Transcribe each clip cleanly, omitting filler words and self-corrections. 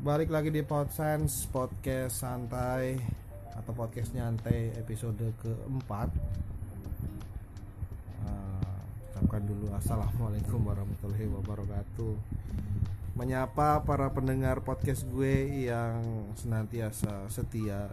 Balik lagi di Podsense, podcast santai atau podcast nyantai episode keempat. Ucapkan dulu assalamualaikum warahmatullahi wabarakatuh. Menyapa para pendengar podcast gue yang senantiasa setia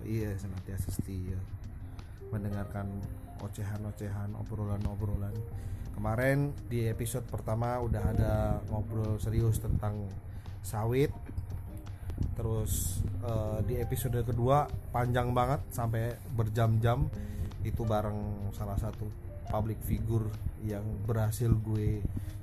mendengarkan ocehan-ocehan, obrolan-obrolan. Kemarin di episode pertama udah ada ngobrol serius tentang sawit. Terus di episode kedua panjang banget sampai berjam-jam, itu bareng salah satu public figure yang berhasil gue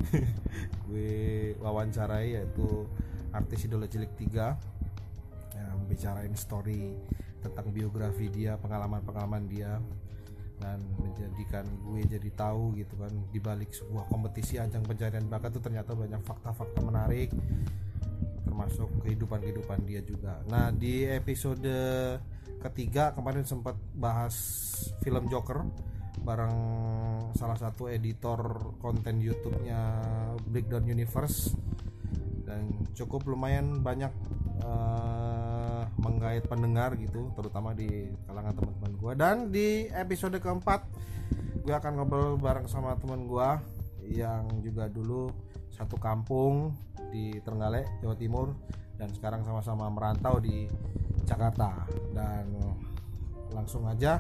wawancarai, yaitu artis idola cilik 3, yang bicarain story tentang biografi dia, pengalaman dia, dan menjadikan gue jadi tahu gitu kan, di balik sebuah kompetisi ajang pencarian bakat tuh ternyata banyak fakta-fakta menarik, termasuk kehidupan dia juga. Nah, di episode ketiga kemarin sempat bahas film Joker bareng salah satu editor konten YouTube-nya Breakdown Universe, dan cukup lumayan banyak menggait pendengar gitu, terutama di kalangan teman-teman gue. Dan di episode keempat gue akan ngobrol bareng sama teman gue yang juga dulu satu kampung di Trenggalek, Jawa Timur, dan sekarang sama-sama merantau di Jakarta. Dan langsung aja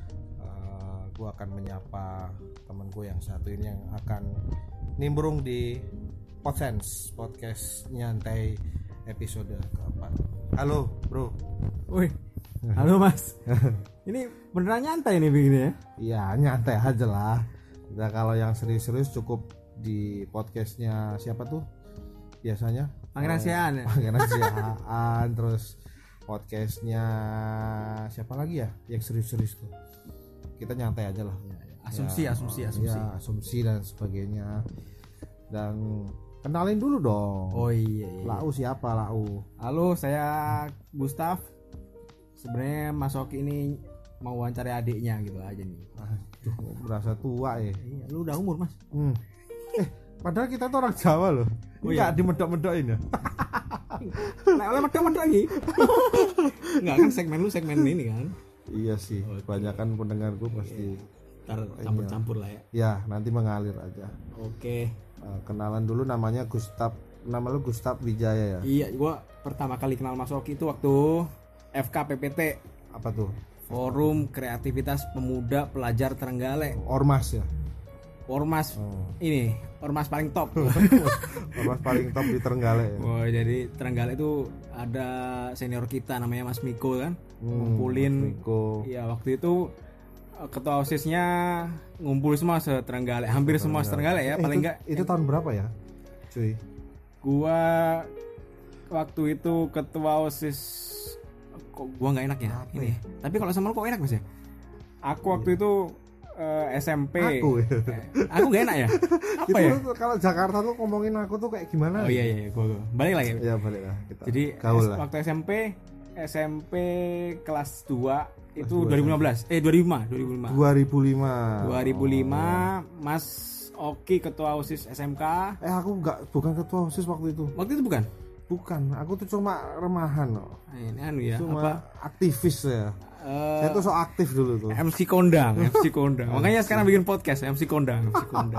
gue akan menyapa temen gue yang satu ini yang akan nimbrung di Podsense, podcast nyantai episode keempat. Halo bro. Woi, halo mas. Ini beneran nyantai nih begini ya? Iya, nyantai aja lah. Nah, kalau yang serius-serius cukup di podcastnya siapa tuh biasanya? Pangeran Siaan ya? Pangeran Siaan. Terus podcastnya siapa lagi ya yang serius-serius tuh? Kita nyantai aja lah. Asumsi. Ya, asumsi dan sebagainya. Dan kenalin dulu dong. Oh iya. Lau siapa Lau? Halo, saya Gustaf. Sebenarnya Mas Oki ini mau wawancara adiknya gitu aja nih. Aduh, berasa tua ya. Iya, lu udah umur mas. Padahal kita tuh orang Jawa loh. Enggak dimedok-medokin ya. Nah, oleh medok-medok lagi. Enggak kan segmen ini kan. Iya sih, kebanyakan pendengar gue pasti ntar campur-campur lah ya. Ya, nanti mengalir aja. Oke. Kenalan dulu, namanya Gustaf. Nama lu Gustaf Wijaya ya? Iya, gua pertama kali kenal Mas Oki itu waktu FKPPT. Apa tuh? Forum Kreativitas Pemuda Pelajar Trenggalek. Ormas ya? Ormas. Ini ormas paling top. Ormas paling top di Trenggalek ya? Oh, jadi Trenggalek itu ada senior kita namanya Mas Miko kan, ngumpulin. Miko. Iya, waktu itu ketua OSIS-nya ngumpul semua se-Trenggalek, hampir semua se-Trenggalek ya, paling enggak. Itu tahun berapa ya, cuy? Gua waktu itu ketua OSIS, kok gua nggak enak ya apa ini. Ya? Tapi kalau sama lu kok enak mas ya? Aku waktu itu SMP. Aku gak enak ya? Apa ya? Kalau Jakarta tuh ngomongin aku tuh kayak gimana? Oh iya, gua balik lagi. Iya balik lah. Jadi waktu SMP kelas 2 itu 2015. 2005. Mas Oki ketua OSIS SMK. Bukan ketua OSIS waktu itu. Waktu itu bukan? Bukan, aku tuh cuma remahan loh. Ini ya. Cuma aktivis ya. Saya tuh so aktif dulu tuh. MC Kondang. Makanya sekarang bikin podcast MC Kondang.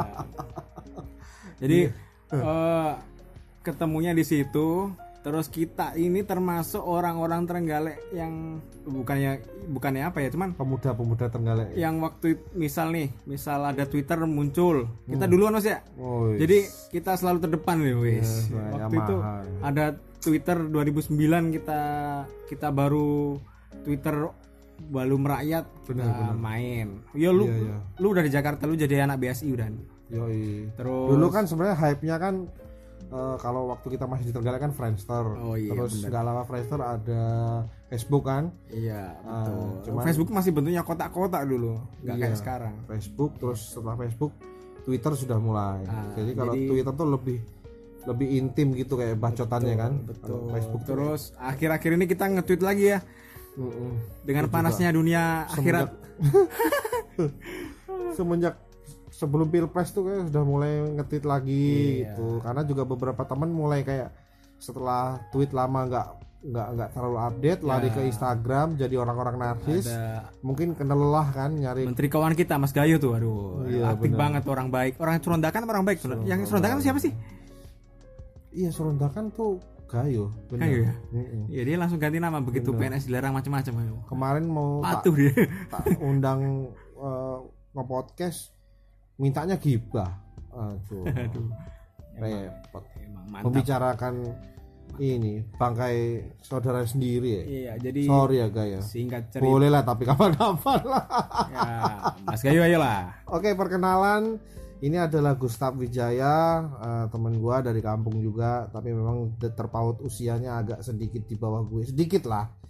Jadi ketemunya di situ. Terus kita ini termasuk orang-orang Trenggalek yang bukannya apa ya, cuman pemuda-pemuda Trenggalek. Yang waktu misal ada Twitter muncul, kita duluan mas ya. Jadi kita selalu terdepan nih wis. Waktu itu ada Twitter 2009 kita baru Twitter baru merakyat kita main. Lu udah di Jakarta, lu jadi anak BSI udah. Yoi. Terus dulu kan sebenarnya hype-nya kan kalau waktu kita masih di Trenggalek kan Friendster. Terus nggak lama Friendster ada Facebook kan. Iya betul. Cuman Facebook masih bentuknya kotak-kotak dulu, nggak kayak sekarang. Facebook, terus setelah Facebook Twitter sudah mulai. Jadi kalau Twitter tuh lebih intim gitu kayak bacotannya kan. Betul. Facebook terus akhir-akhir ini kita nge-tweet lagi ya. Dengan panasnya dunia akhirat. Semenjak sebelum Pilpres tuh kayak sudah mulai nge-tweet lagi gitu. Karena juga beberapa teman mulai kayak setelah tweet lama nggak nggak terlalu update, lari ke Instagram jadi orang-orang narsis. Mungkin kena lelah kan nyari. Menteri Keuangan kita Mas Gayo tuh, aduh, aktif banget, orang baik, orang Serondakan orang baik. Yang Serondakan siapa sih? Iya, Serondakan tuh Gayo, bener. Gayo ya? Iya, dia langsung ganti nama begitu PNS dilarang macam-macam. Kemarin mau patuh dia. Undang nge-podcast mintanya gibah. Aduh. Repot. Membicarakan ini bangkai saudara sendiri ya. Iya, jadi sorry ya Gayo. Singkat cerita. Boleh lah tapi kapan-kapan lah. Ya, Mas Gayo ayolah. Oke, perkenalan. Ini adalah Gustaf Wijaya, teman gua dari kampung juga, tapi memang terpaut usianya agak sedikit di bawah gue, sedikit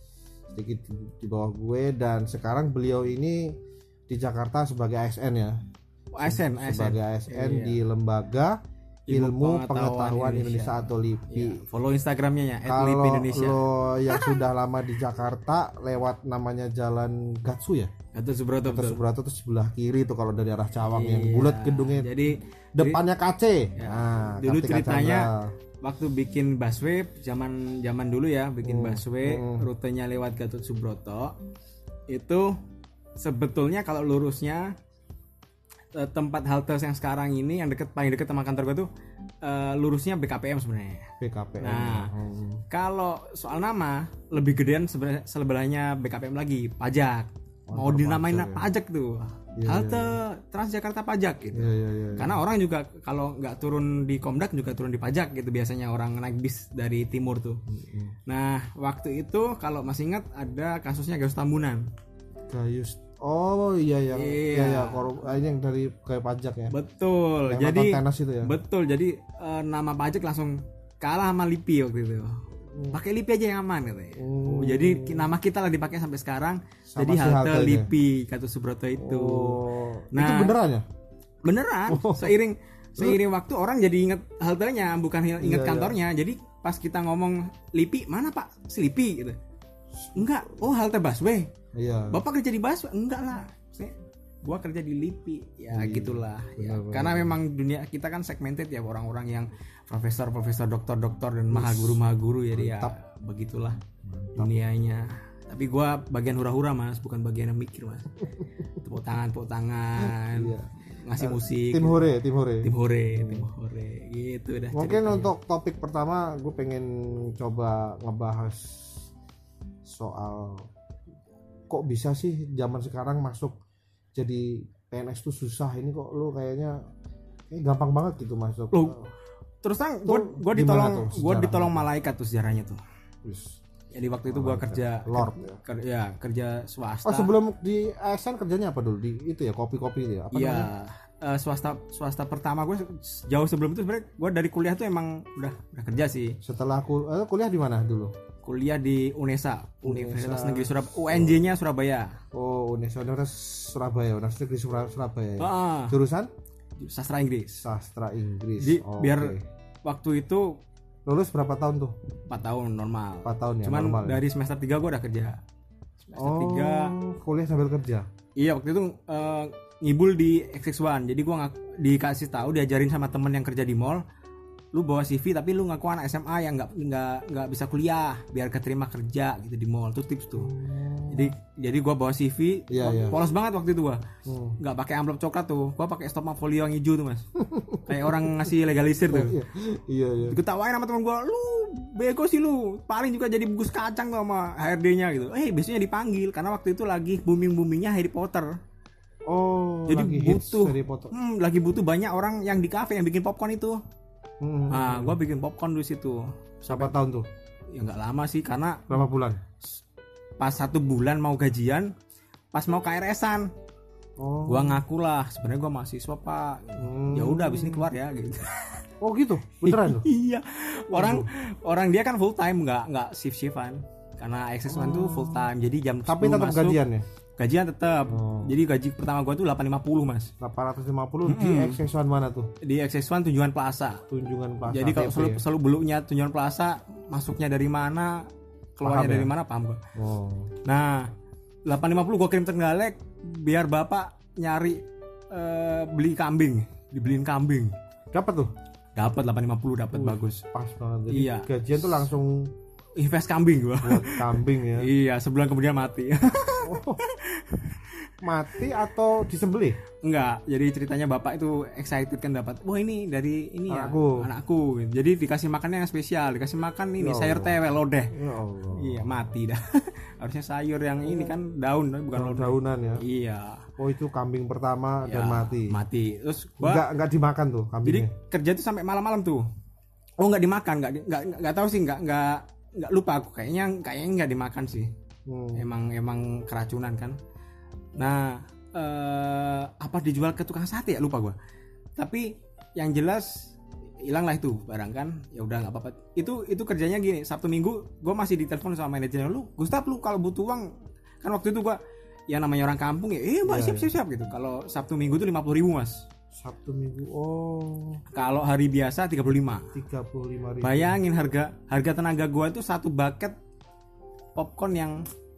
di bawah gue, dan sekarang beliau ini di Jakarta sebagai ASN ya. Sebagai ASN di Lembaga Ilmu Pengetahuan Indonesia atau LIPI. Ya, follow Instagramnya ya @lipi_indonesia. Kalau yang sudah lama di Jakarta lewat namanya Jalan Gatsu ya. Gatot Subroto tuh sebelah kiri tuh kalau dari arah Cawang yang bulat gedungnya. Jadi depannya KC. Ya, dulu ceritanya waktu bikin busway zaman dulu ya, bikin busway rutenya lewat Gatot Subroto. Itu sebetulnya kalau lurusnya tempat halte yang sekarang ini yang paling dekat sama kantor gue tuh lurusnya BKPM sebenarnya. BKPM. Nah, kalau soal nama lebih gedean sebelahnya BKPM lagi, pajak. Mau dinamain pajak tuh. Halte Transjakarta Pajak gitu. Karena orang juga kalau nggak turun di Komdak juga turun di pajak gitu biasanya orang naik bis dari timur tuh. Nah, waktu itu kalau masih ingat ada kasusnya Gayus Tambunan. Oh iya ini yang dari kayak pajak ya. Betul. Yang jadi itu ya? Betul. Jadi nama pajak langsung kalah sama LIPI waktu itu. Pakai LIPI aja yang aman katanya. Jadi nama kita lah dipakai sampai sekarang. Sama jadi halte LIPI Gatot Subroto itu. Nah, itu beneran ya? Beneran. Seiring waktu orang jadi inget haltenya, bukan inget kantornya. Jadi pas kita ngomong LIPI, mana Pak? Si LIPI gitu. Enggak. Oh, halte busway. Iya. Bapak kerja di busway? Enggak lah. Gua kerja di LIPI. Ya gitulah. Ya. Karena memang dunia kita kan segmented ya, orang-orang yang profesor, doktor dan maha guru ya dia. Begitulah dunianya. Tapi gua bagian hura-hura Mas, bukan bagian yang mikir Mas. Tepuk tangan. Ngasih musik. Tim hore gitu dah. Mungkin ceritanya. Untuk topik pertama gue pengen coba ngebahas soal kok bisa sih zaman sekarang masuk jadi PNS tuh susah, ini kok lu kayaknya gampang banget gitu masuk. Terus terang gue ditolong malaikat tuh sejarahnya tuh. Jadi waktu itu gue kerja Lord kerja swasta. Oh, sebelum di ASN kerjanya apa dulu? Di itu ya, kopi-kopi itu ya? Apa namanya? Swasta pertama gue jauh sebelum itu sebenarnya gue dari kuliah tuh emang udah kerja sih. Setelah kuliah di mana dulu? Kuliah di UNESA, Universitas Negeri Surabaya, UNJ-nya Surabaya. Oh, Universitas Surabaya, Universitas Negeri Surabaya. Jurusan? Sastra Inggris. Jadi biar waktu itu lulus berapa tahun tuh? 4 tahun normal. 4 tahun ya. Cuman normal, dari semester 3 gue udah kerja. Semester 3 kuliah sambil kerja. Iya, waktu itu ngibul di XX1. Jadi gue dikasih tahu, diajarin sama temen yang kerja di mall, lu bawa CV tapi lu ngaku anak SMA yang nggak bisa kuliah biar keterima kerja gitu di mall. Itu tips tuh. Jadi gue bawa CV, polos banget waktu itu gue, nggak pakai amplop coklat tuh, gue pakai stop folio yang hijau tuh Mas, kayak orang ngasih legalisir tuh. Iya. Diketawain sama temen gue, lu bego sih lu, paling juga jadi bungkus kacang tuh sama HRD-nya gitu. Biasanya dipanggil karena waktu itu lagi boomingnya Harry Potter. Oh, jadi lagi butuh banyak orang yang di kafe yang bikin popcorn itu. Nah, gue bikin popcorn di situ. Berapa tahun tuh? Ya nggak lama sih, karena berapa bulan? Pas 1 bulan mau gajian, pas mau KRS-an, gue ngaku lah sebenarnya gue mahasiswa Pak. Ya udah abis ini keluar ya gitu. Oh gitu, beneran tuh? Iya. Orang dia kan full time, nggak shift-shiftan. Karena XS1 tuh full time, jadi jam 10 tapi tetap masuk. Gajian ya? Gajian tetap. Jadi gaji pertama gue tuh 850 Mas. 850 di XS1 mana tuh? Di XS1 Tunjungan Plaza. Jadi kalau selalu beluknya Tunjungan Plaza, masuknya dari mana, keluarnya dari mana, paham gue. Nah, 850 gue kirim Trenggalek biar bapak nyari beli kambing, dibeliin kambing. Dapat tuh? Dapat 850, dapat bagus. Pas banget. Jadi iya. Gajian tuh langsung invest kambing gua. Buat kambing ya. Iya, sebulan kemudian mati. Oh. Mati atau disembelih? Enggak, jadi ceritanya bapak itu excited kan dapat. Wah, ini dari ini anakku. Ya, anakku. Jadi dikasih makannya yang spesial, dikasih makan ini sayur tewel lodeh. Ya Allah. Iya, mati dah. Harusnya sayur yang ini kan daun, bukan lodeh. Daunan ya. Iya. Oh, itu kambing pertama ya, dan mati. Mati. Terus gua enggak dimakan tuh kambingnya. Jadi kerja tuh sampai malam-malam tuh. Oh, enggak dimakan, enggak tahu sih, enggak lupa aku. Kayaknya enggak dimakan sih. Emang keracunan kan. Nah, apa dijual ke tukang sate ya, lupa gua. Tapi yang jelas hilang lah itu barang kan. Ya udah enggak apa-apa. Itu kerjanya gini, Sabtu Minggu gua masih ditelepon sama manajernya, "Lu, Gustaf, lu kalau butuh uang." Kan waktu itu gua ya namanya orang kampung ya, Mbak, siap gitu. Kalau Sabtu Minggu tuh 50.000, Mas. Sabtu Minggu. Oh. Kalau hari biasa 35. 35.000. Bayangin harga tenaga gua itu satu bucket popcorn yang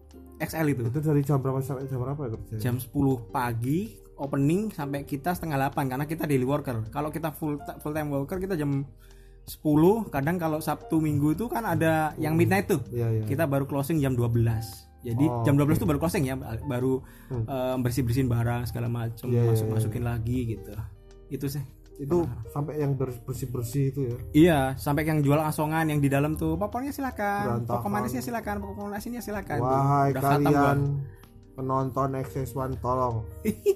XL itu. Itu dari jam berapa sampai jam berapa ya kerja? Jam 10 pagi opening sampai kita setengah 8 karena kita daily worker. Kalau kita full time worker kita jam 10. Kadang kalau Sabtu Minggu itu kan ada yang midnight tuh. Iya. Kita baru closing jam 12. Jadi jam 12 tuh baru closing ya, baru bersih-bersihin barang segala macam, masukin lagi gitu. Itu sih. Itu sampai yang bersih-bersih itu ya. Iya, sampai yang jual asongan yang di dalam tuh, pokoknya silakan, pokok manisnya silakan, pokok nasinya silakan. Wahai kalian penonton XS1, tolong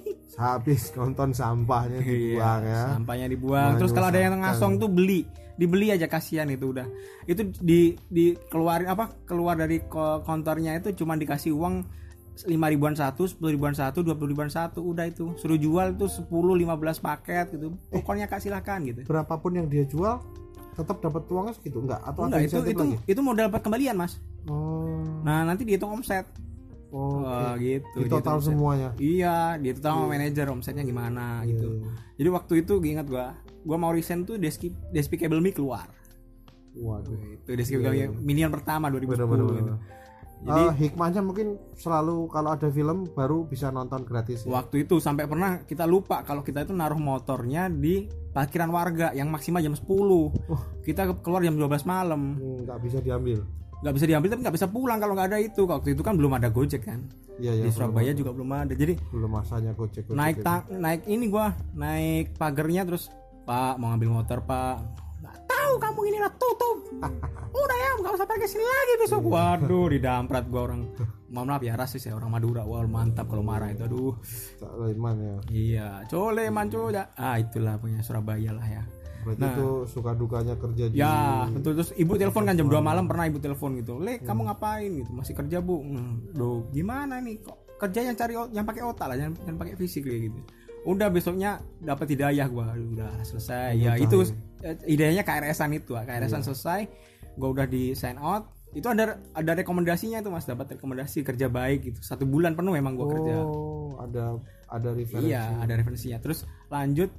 habis nonton sampahnya dibuang ya. Sampahnya dibuang. Terus kalau ada yang ngasong tuh dibeli aja, kasihan itu udah. Itu dikeluarin keluar dari kontornya itu cuma dikasih uang 5.000-an satu, 10.000-an satu, 20.000-an satu, udah itu. Suruh jual tuh 10-15 paket gitu. Pokoknya Kak silakan gitu. Berapapun yang dia jual tetap dapat uangnya segitu enggak? Atau enggak, ada itu modal dapat kembalian, Mas. Oh. Nah, nanti dihitung omset. Oh, gitu. Di total gitu, semuanya. Iya, di total sama manajer omsetnya gimana gitu. Jadi waktu itu ingat gua mau resign tuh Despicable Me keluar. Waduh. Itu Despicable Me minion pertama 2010 gitu. Jadi hikmahnya mungkin selalu kalau ada film baru bisa nonton gratis ya? Waktu itu sampai pernah kita lupa kalau kita itu naruh motornya di parkiran warga yang maksimal jam 10. Kita keluar jam 12 malam. Nggak bisa diambil tapi nggak bisa pulang kalau nggak ada itu. Waktu itu kan belum ada Gojek kan. Iya, di Surabaya juga belum ada. Jadi belum masanya Gojek. Naik ini naik pagernya terus, "Pak, mau ngambil motor, Pak." "Nggak tahu, kamu ini lah tutup." "Udah ya, nggak usah pakai sini lagi besok." Waduh, didamprat gua orang. Mohon maaf ya, rasis ya, orang Madura. Wah, mantap kalau marah itu. Aduh. Leman ya. Iya, cole manco ya. Itulah punya Surabaya lah ya. Berarti itu suka dukanya kerja di. Ya, tentu. Terus ibu telepon kan jam 2 malam, pernah ibu telepon gitu. "Kamu ngapain gitu? Masih kerja, Bu?" Loh, gimana nih? Kok kerja yang pakai otak lah, jangan pakai fisik kayak gitu. Udah besoknya dapat hidayah gua, udah selesai. Ya itu hidayahnya KRS-an itu, KRS-an selesai. Gua udah di sign out. Itu ada rekomendasinya itu, Mas, dapat rekomendasi kerja baik gitu. 1 bulan penuh memang gua kerja. Oh, ada referensi. Iya, ada referensinya. Terus lanjut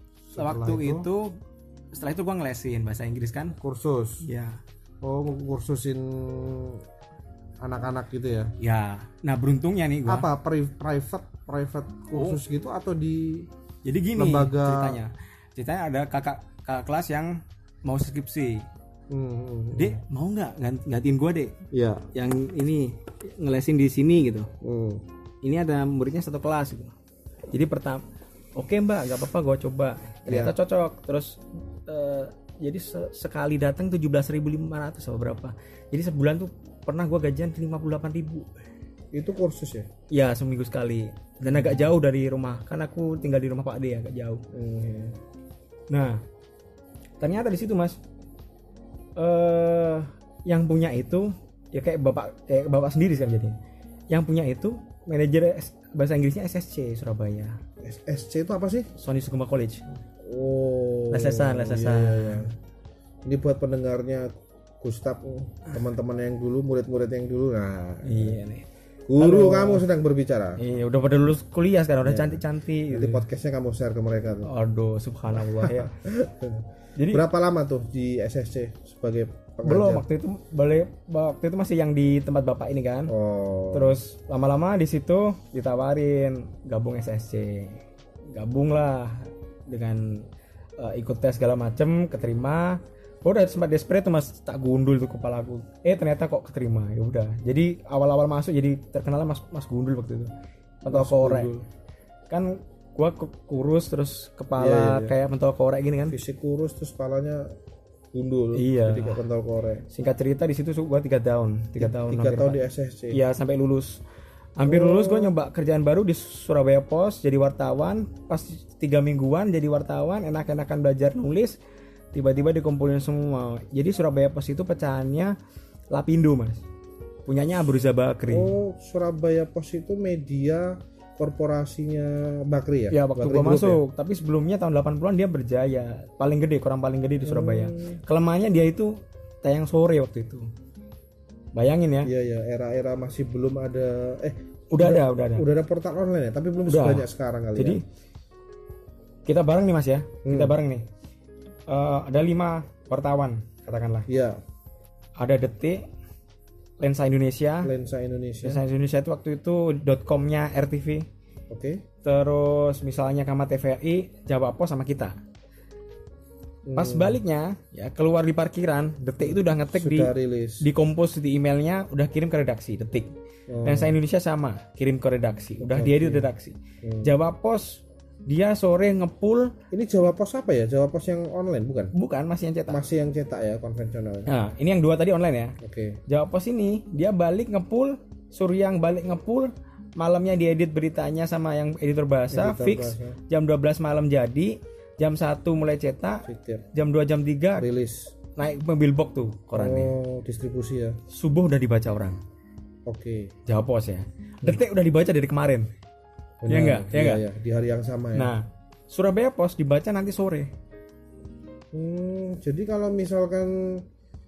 setelah itu gua ngelesin bahasa Inggris kan. Kursus. Iya. Oh, kursusin anak-anak gitu ya. Ya. Nah, beruntungnya nih gua. Apa private kursus gitu atau di jadi gini lembaga. Ceritanya ada kakak kelas yang mau skripsi. Dek, mau nggak gantiin gua, Dek? Iya. Yang ini ngelesin di sini gitu. Ini ada muridnya satu kelas gitu. Jadi pertama, "Oke, Mbak, nggak apa-apa, gua coba." Ternyata cocok. Terus jadi sekali datang 17.500 atau berapa. Jadi sebulan tuh pernah gua gajian 58.000. Itu kursus ya? Ya, seminggu sekali. Dan agak jauh dari rumah. Kan aku tinggal di rumah Pak D, agak jauh. Nah, ternyata di situ, Mas, yang punya itu ya kayak bapak sendiri sih jadi. Yang punya itu manajer bahasa Inggrisnya SSC Surabaya. SSC itu apa sih? Sony Sukma College. Oh. Lesesan. Iya. Ini buat pendengarnya Gustaf, teman-teman yang dulu, murid-murid yang dulu. Nah, iya nih. Guru kamu sedang berbicara. Iya, udah pada lulus kuliah sekarang, udah cantik-cantik. Nanti podcastnya kamu share ke mereka tuh. Aduh, subhanallah ya. Jadi berapa lama tuh di SSC sebagai pengajar? Belum, waktu itu masih yang di tempat bapak ini kan. Terus lama-lama di situ ditawarin gabung SSC. Gabung lah dengan ikut tes segala macem, keterima. Udah sempat desperate tuh Mas, tak gundul tuh kepala aku. Ternyata kok keterima. Ya udah. Jadi awal-awal masuk jadi terkenal Mas Gundul waktu itu. Pentol korek. Kan gua kurus terus kepala kayak pentol korek gini kan. Fisik kurus terus kepalanya gundul. Iya. Jadi kayak pentol korek. Singkat cerita di situ gua 3 tahun. 3 tahun. 3 tahun di SSC. Iya, sampai lulus. Hampir lulus gue nyoba kerjaan baru di Surabaya Pos jadi wartawan. Pas 3 mingguan jadi wartawan, enak-enakan belajar nulis, tiba-tiba dikumpulin semua. Jadi Surabaya Pos itu pecahannya Lapindo Mas, punyanya Abu Rizal Bakri. Oh, Surabaya Pos itu media korporasinya Bakri ya? Ya waktu gue masuk, tapi sebelumnya tahun 80-an dia berjaya, paling gede, koran paling gede di Surabaya. Kelemahannya dia itu tayang sore waktu itu. Bayangin ya. Iya, era-era masih belum ada udah ada. Udah ada portal online ya, tapi belum sebanyak sekarang kali. Jadi kita bareng nih Mas ya. Kita bareng nih. Ada 5 wartawan katakanlah. Iya. Ada Detik, Lensa Indonesia. Lensa Indonesia itu waktu itu .com-nya RTV. Oke. Terus misalnya Kamar TVRI, Jawa Pos sama kita. Pas baliknya ya keluar di parkiran, Detik itu udah ngetik di kompos di emailnya, udah kirim ke redaksi Detik. Lensa Indonesia sama, kirim ke redaksi, udah diedit redaksi. Jawa Pos dia sore ngepul. Ini Jawa Pos apa ya? Jawa Pos yang online bukan? Bukan, masih yang cetak. Masih yang cetak ya, konvensional. Nah, ini yang 2 tadi online ya. Oke. Jawa Pos ini dia balik ngepul, Suryang balik ngepul, malamnya diedit beritanya sama yang editor bahasa, fix jam 12 malam jadi. Jam 1 mulai cetak, jam 2 jam 3 rilis. Naik mobil box tuh korannya. Oh, distribusi ya. Subuh udah dibaca orang. Oke. Jawa Pos ya. Detik udah dibaca dari kemarin. Benar. Ya enggak? Ya enggak? Ya, di hari yang sama ya. Nah, Surabaya Pos dibaca nanti sore. Jadi kalau misalkan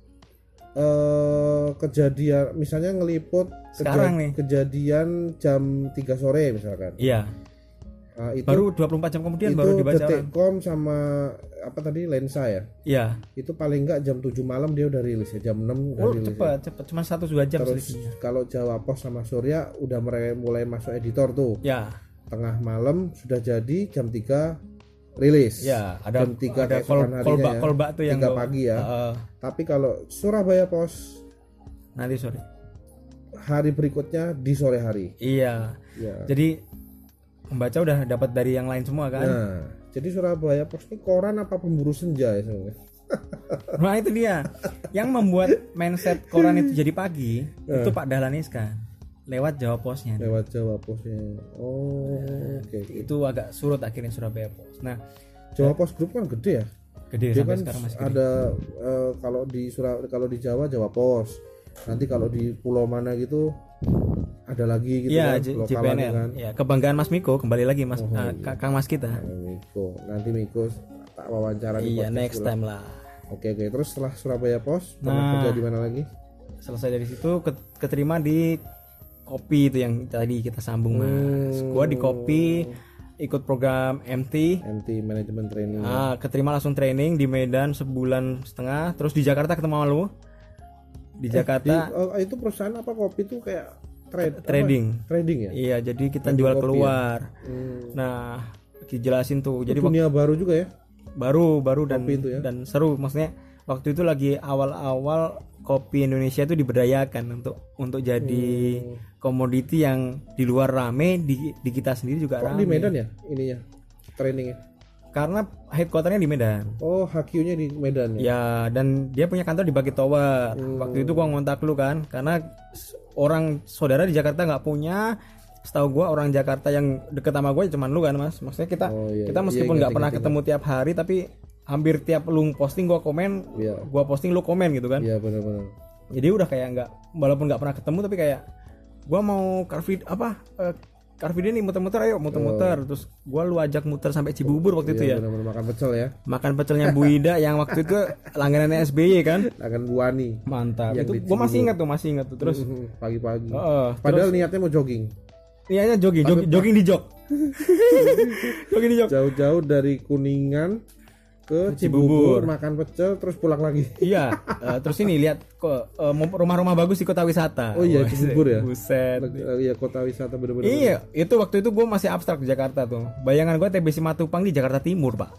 kejadian misalnya ngeliput sekarang nih kejadian jam 3 sore misalkan. Iya. Itu baru 24 jam kemudian baru dibaca orang. Detikcom sama apa tadi Lensa ya? Iya. Itu paling enggak jam 7 malam dia udah rilis ya, jam 6 udah rilis. Cepet. Cuma 1-2 jam selisihnya. Kalau Jawa Pos sama Surya udah mulai masuk editor tuh. Ya. Tengah malam sudah jadi, jam 3 rilis. Ya, ada jam 3 ada kolbak tuh yang 3 pagi ya. Tapi kalau Surabaya Pos nanti sore. Hari berikutnya di sore hari. Iya. Ya. Jadi membaca udah dapat dari yang lain semua kan. Nah, jadi Surabaya Pos ini koran apa pemburu senja ya sebenarnya? Nah itu dia. Yang membuat mindset koran itu jadi pagi itu Pak Dahlan Iskan lewat Jawa Posnya. Lewat Jawa Posnya. Oh, oke. Itu agak surut akhirnya Surabaya Pos. Nah, Jawa Pos Group kan gede ya. Gede dia sampai kan sekarang masih gede. Ada kalau di Jawa Pos. Nanti kalau di pulau mana gitu ada lagi gitu ya, kan, JPNL kan. Ya, kebanggaan Mas Miko kembali lagi Mas Kang Mas kita. Miko. Nanti Miko tak wawancara di podcast. Iya, next time lah. Oke. Terus setelah Surabaya Pos, kerja di mana lagi? Selesai dari situ keterima di Kopi itu yang tadi kita sambung Mas. Gua di Kopi ikut program MT Management Training. Keterima langsung training di Medan 1,5 bulan. Terus di Jakarta ketemu sama lu. Di Jakarta itu perusahaan apa Kopi tuh kayak trading ya? Iya, jadi kita jual keluar ya? Nah dijelasin tuh itu jadi dunia baru juga ya, baru dan itu ya? Dan seru, maksudnya waktu itu lagi awal-awal kopi Indonesia itu diberdayakan untuk jadi komoditi yang di luar rame, di kita sendiri juga rame. Di Medan ya ininya trainingnya? Karena headquarternya di Medan. Oh, HQ-nya di Medan ya? Ya, dan dia punya kantor di Bukit Tower. Waktu itu gua ngontak lu kan, karena orang saudara di Jakarta nggak punya. Setahu gua orang Jakarta yang deket sama gua cuma lu kan Mas. Maksudnya kita meskipun nggak pernah ketemu tiap hari, tapi hampir tiap lu posting gua komen, gua posting lu komen gitu kan? Iya, benar-benar. Jadi udah kayak nggak, walaupun nggak pernah ketemu tapi kayak gua mau Car Free Day nih muter-muter, ayo muter-muter. Terus lu ajak muter sampai Cibubur waktu itu ya. Benar-benar makan pecel ya. Makan pecelnya Bu Ida yang waktu itu langganannya SBY kan. Langganan Bu Ani. Mantap. Itu gua masih ingat tuh. Terus pagi-pagi. Padahal niatnya mau jogging. Niatnya jogging di jog. Jogging di jog. Jauh-jauh dari Kuningan ke Cibubur, makan pecel terus pulang lagi. Iya. Terus ini lihat rumah-rumah bagus di kota wisata. Oh iya, Cibubur ya. Buset. Iya, kota wisata bener-bener. Iya, itu waktu itu gue masih abstrak di Jakarta tuh. Bayangan gue TBC Matupang di Jakarta Timur, Pak.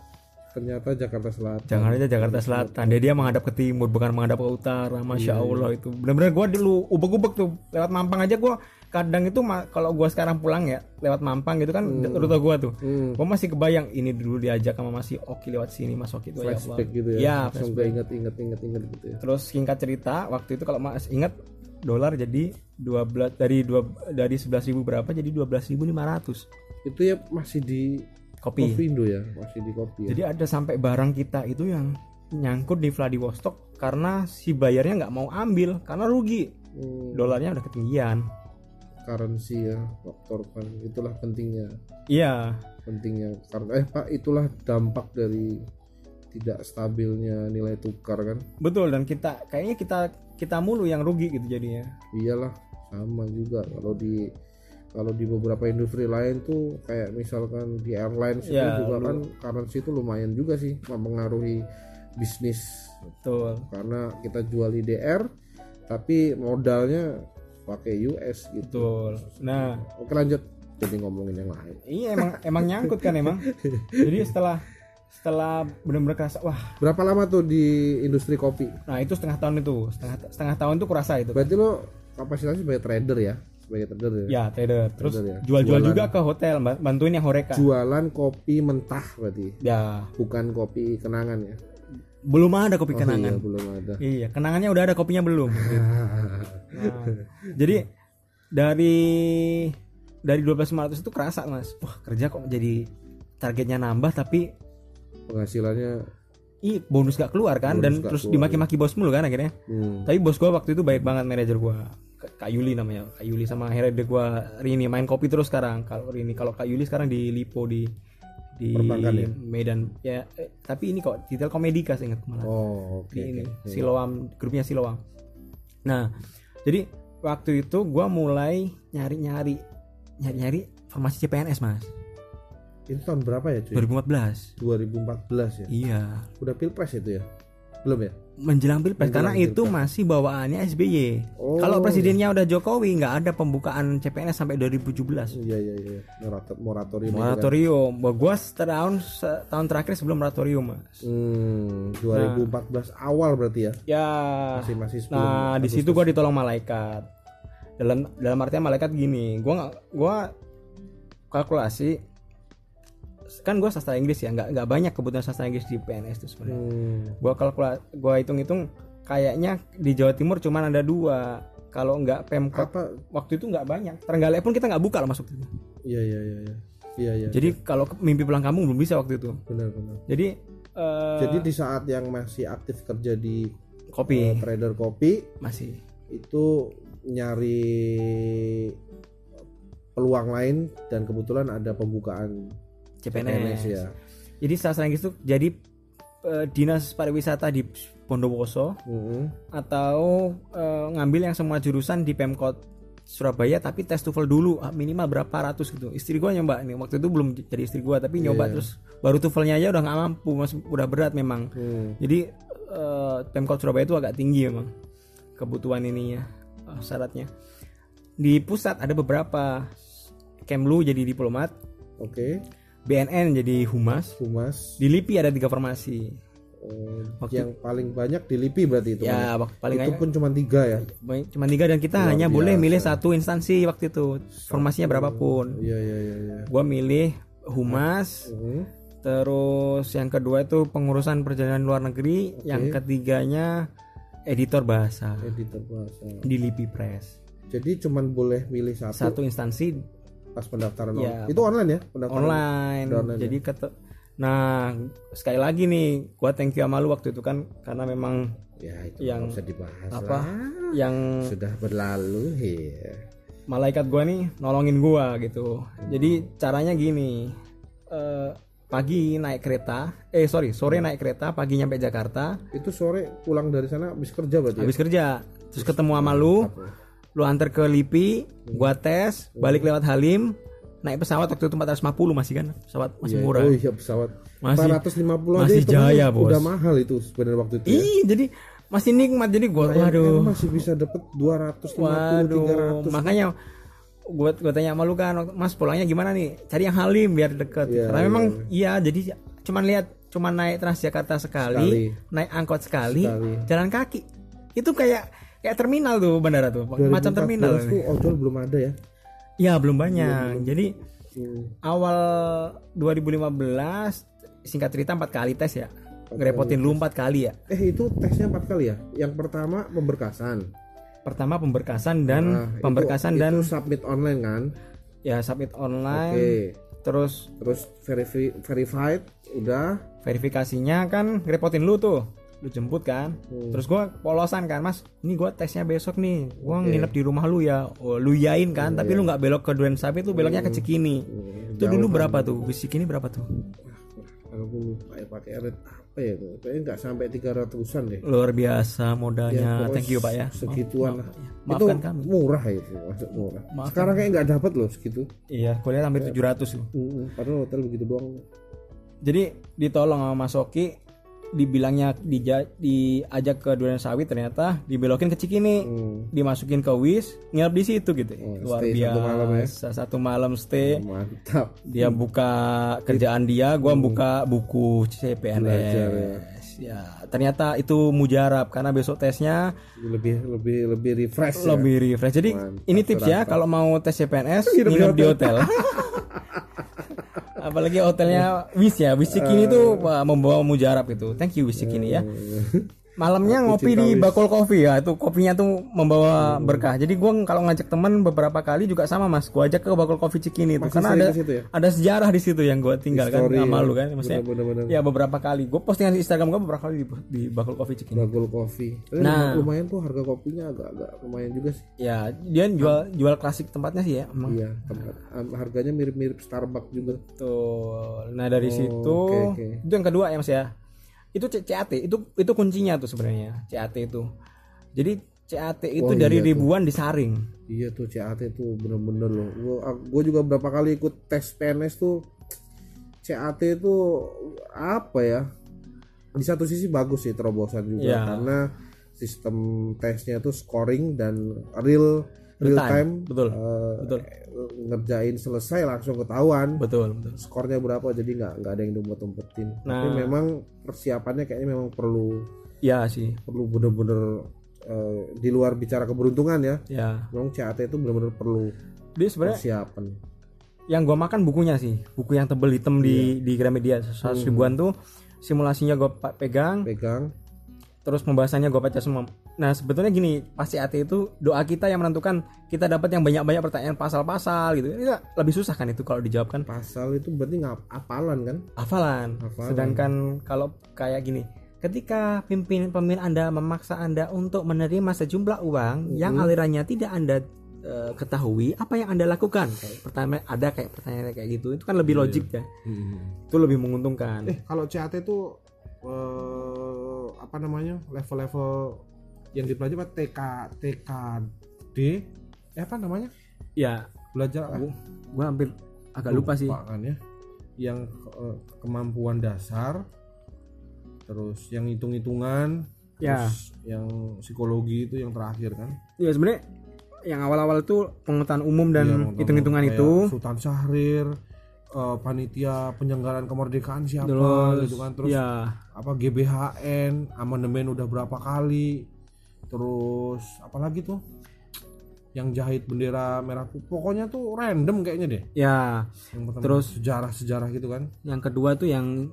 Ternyata Jakarta Selatan. Jakarta Selatan. Dia menghadap ke timur, bukan menghadap ke utara. Masya Allah itu. Benar-benar gue dulu ubek-ubek tuh lewat Mampang aja gue kadang itu kalau gue sekarang pulang ya lewat Mampang gitu kan rute gue tuh. Gue masih kebayang ini dulu diajak sama Mas Oki lewat sini, Mas Oki itu flashback gitu ya. Ya, sampai ingat gitu ya. Terus singkat cerita waktu itu kalau Mas ingat dolar jadi 12 dari 11.000 berapa jadi 12.500. Itu ya masih di kopi Indo ya, masih di kopi ya. Jadi ada sampai barang kita itu yang nyangkut di Vladivostok karena si bayarnya nggak mau ambil karena rugi. Dolarnya udah ketinggian. Currency ya, faktor kan itulah pentingnya. Iya. Pentingnya karena Pak itulah dampak dari tidak stabilnya nilai tukar kan. Betul, dan kayaknya kita mulu yang rugi gitu jadinya. Iyalah, sama juga kalau di beberapa industri lain tuh kayak misalkan di airlines itu juga kan currency itu lumayan juga sih mempengaruhi bisnis. Betul. Karena kita jual di DR tapi modalnya pakai US gitu. Betul. Nah, oke lanjut. Jadi ngomongin yang lain. Iya emang nyangkut kan emang. Jadi setelah benar-benar kerasa wah. Berapa lama tuh di industri kopi? Nah, itu setengah tahun tuh kurasa itu. Berarti lo kapasitasnya sebagai trader ya? Sebagai trader ya? Ya trader. Terus trader ya? Jual juga ke hotel, bantuin yang Horeca. Jualan kopi mentah berarti? Ya. Bukan kopi kenangan ya? Belum ada kopi kenangan. Iya, belum ada. Iya, kenangannya udah ada, kopinya belum. Jadi dari 12.500 itu kerasa Mas. Wah, kerja kok jadi targetnya nambah tapi penghasilannya bonus gak keluar kan, dan terus dimaki-maki bos mulu kan akhirnya. Tapi bos gua waktu itu baik banget, manajer gua. Kak Yuli namanya. Kak Yuli sama akhirnya gua Rini main kopi terus sekarang. Kalau Kak Yuli sekarang di Lipo di Perbankan ya? Medan ya, tapi ini kok di Telkomedika saya ingat malah. Ini Siloam, grupnya Siloam. Nah, jadi waktu itu gua mulai nyari formasi CPNS Mas. Itu tahun berapa ya cuy? 2014 ya? Iya. Udah Pilpres itu ya? Belum ya? Menjelang Pilpres, karena itu masih bawaannya SBY. Kalau presidennya udah Jokowi nggak ada pembukaan CPNS sampai 2017. Iya. Moratorium. Kan? Gua tahun terakhir sebelum moratorium Mas. 2014 awal berarti ya? Ya. Masih sebelum. Nah, di situ gua ditolong malaikat. Dalam artian malaikat gini, gua kalkulasi kan gue sastra Inggris ya, nggak banyak kebutuhan sastra Inggris di PNS itu sebenarnya. Gue hitung kayaknya di Jawa Timur cuma ada 2. Kalau nggak Pemkot waktu itu nggak banyak. Trenggalek pun kita nggak buka loh masuk itu. Iya. Jadi kalau mimpi pulang kampung belum bisa waktu itu. Benar. Jadi di saat yang masih aktif kerja di kopi, trader kopi masih itu nyari peluang lain dan kebetulan ada pembukaan CPNS ya. Jadi sastra Inggris itu jadi dinas pariwisata di Bondowoso atau ngambil yang semua jurusan di Pemkot Surabaya tapi tes TOEFL dulu minimal berapa ratus gitu. Istri gue nyoba nih, waktu itu belum jadi istri gue tapi nyoba terus baru TOEFL-nya aja udah nggak mampu, udah berat memang. Jadi Pemkot Surabaya itu agak tinggi memang kebutuhan ininya, syaratnya. Di pusat ada beberapa, Kemlu jadi diplomat. BNN jadi humas. Di LIPI ada 3 formasi. Yang paling banyak di LIPI berarti itu. Ya, paling itu pun cuma 3 ya. Cuma 3 dan kita hanya boleh milih satu instansi waktu itu. Formasinya berapapun. Iya. Gua milih humas. Terus yang kedua itu pengurusan perjalanan luar negeri, yang ketiganya editor bahasa. Di LIPI Press. Jadi cuma boleh milih satu instansi pas pendaftaran itu online ya, pendaftaran online jadi ya? Nah sekali lagi nih gua thank you sama lu waktu itu kan, karena memang ya itu yang bisa dibahas yang sudah berlalu ya. Malaikat gua nih nolongin gua gitu. Jadi caranya gini, pagi naik kereta, sore naik kereta, pagi nyampe Jakarta. Itu sore pulang dari sana habis kerja berarti? Habis kerja, terus ketemu sama lu antar ke LIPI, gua tes, balik lewat Halim, naik pesawat waktu itu 450 masih kan, pesawat masih murah. Oh iya, pesawat 450 masih aja jaya bos. Udah mahal itu sebenarnya waktu itu. Jadi masih nikmat, jadi gua masih bisa dapat 250, 300. Makanya gua tanya sama lu kan, Mas pulangnya gimana nih? Cari yang Halim biar deket. Karena memang jadi cuman lihat cuma naik Transjakarta sekali, naik angkot sekali, jalan kaki. Itu kayak terminal tuh bandara tuh, macam terminal. Itu ojol belum ada ya? Ya belum banyak. Jadi awal 2015 singkat cerita 4 kali tes ya. Ngerepotin lu 4 kali ya. Itu tesnya 4 kali ya? Yang pertama pemberkasan dan itu submit online kan? Ya submit online. Terus verified udah. Verifikasinya kan ngerepotin lu tuh. Lu jemput kan. Terus gua polosan kan, Mas. Ini gua tesnya besok nih. Gua nginep di rumah lu ya. Lu yain kan, tapi lu enggak belok ke Durensawit, lu beloknya ke Cikini. Itu dulu berapa tuh? Bis Cikini berapa tuh? Aku lupa ya, pakai rate apa ya tuh? Kayaknya enggak sampai 300-an deh. Luar biasa modalnya. Thank you Pak ya. Segituan lah. Maafkan itu kami. Murah itu, masuk murah. Sekarang kayak enggak dapat loh segitu. Iya, gua lihat hampir 700 loh. Padahal hotel begitu doang. Jadi ditolong sama Mas Oki, dibilangnya diajak ke Durensawit, ternyata dibelokin ke Cikini, dimasukin ke WIS, nginep di situ gitu. Luar biasa. Satu malam stay. Mantap. Dia buka kerjaan dia, gua buka buku CPNS. Ya, ternyata itu mujarab karena besok tesnya lebih refresh. Lebih refresh. Jadi mantap, ini tips ya kalau mau tes CPNS nginep di hotel. Apalagi hotelnya WIS ya, WIS Cikini tuh membawa mujarab itu. Thank you WIS Cikini ya. Malamnya ngopi di Bakul Coffee ya, itu kopinya tuh membawa berkah. Jadi gua kalau ngajak teman beberapa kali juga sama Mas, gua ajak ke Bakul Coffee Cikini itu karena ada sejarah di situ yang gua tinggal kan sama lu kan, maksudnya. Bener. Ya beberapa kali. Gua postingan di Instagram gua beberapa kali di Bakul Coffee Cikini. Bakul Coffee. Nah, lumayan tuh harga kopinya agak lumayan juga sih. Ya, dia jual klasik tempatnya sih ya. Emang. Iya, tempat. Harganya mirip-mirip Starbucks juga. Tuh. Nah, dari situ itu yang kedua ya Mas ya. Itu CAT itu kuncinya tuh sebenarnya CAT itu. Jadi CAT itu dari ribuan disaring. Iya tuh CAT itu bener-bener loh. Gue juga berapa kali ikut tes PNS tuh. CAT itu apa ya? Di satu sisi bagus sih, terobosan juga karena sistem tesnya tuh scoring dan real time. Betul. Ngerjain selesai langsung ketahuan. Betul. Skornya berapa, jadi nggak ada yang umpet-umpetin. Tapi memang persiapannya kayaknya memang perlu. Ya sih. Perlu bener-bener di luar bicara keberuntungan ya. Memang CAT itu bener-bener perlu persiapan. Yang gua makan bukunya sih, buku yang tebel hitam di Gramedia 100 ribuan tuh, simulasinya gua pegang. Terus pembahasannya gue baca semua. Nah sebetulnya gini, pas CAT itu doa kita yang menentukan kita dapat yang banyak pertanyaan pasal-pasal gitu. Ini lebih susah kan itu kalau dijawab kan. Pasal itu berarti hafalan kan? Hafalan. Sedangkan kalau kayak gini, ketika pemimpin Anda memaksa Anda untuk menerima sejumlah uang yang alirannya tidak Anda ketahui, apa yang Anda lakukan? Pertama ada kayak pertanyaan kayak gitu. Itu kan lebih logik ya. Itu lebih menguntungkan. Kalau CAT itu apa namanya, level-level yang dipelajari TKD apa namanya ya, belajar gue hampir agak lupa sih kan ya, yang kemampuan dasar, terus yang hitung-hitungan, terus yang psikologi itu yang terakhir kan ya. Sebenarnya yang awal-awal itu pengetahuan umum dan hitung-hitungan itu Sultan Syahrir, panitia penyelenggaraan kemerdekaan siapa gitu kan, terus apa GBHN amandemen udah berapa kali, terus apa lagi tuh yang jahit bendera merah putih, pokoknya tuh random kayaknya deh ya. Terus sejarah gitu kan. Yang kedua tuh yang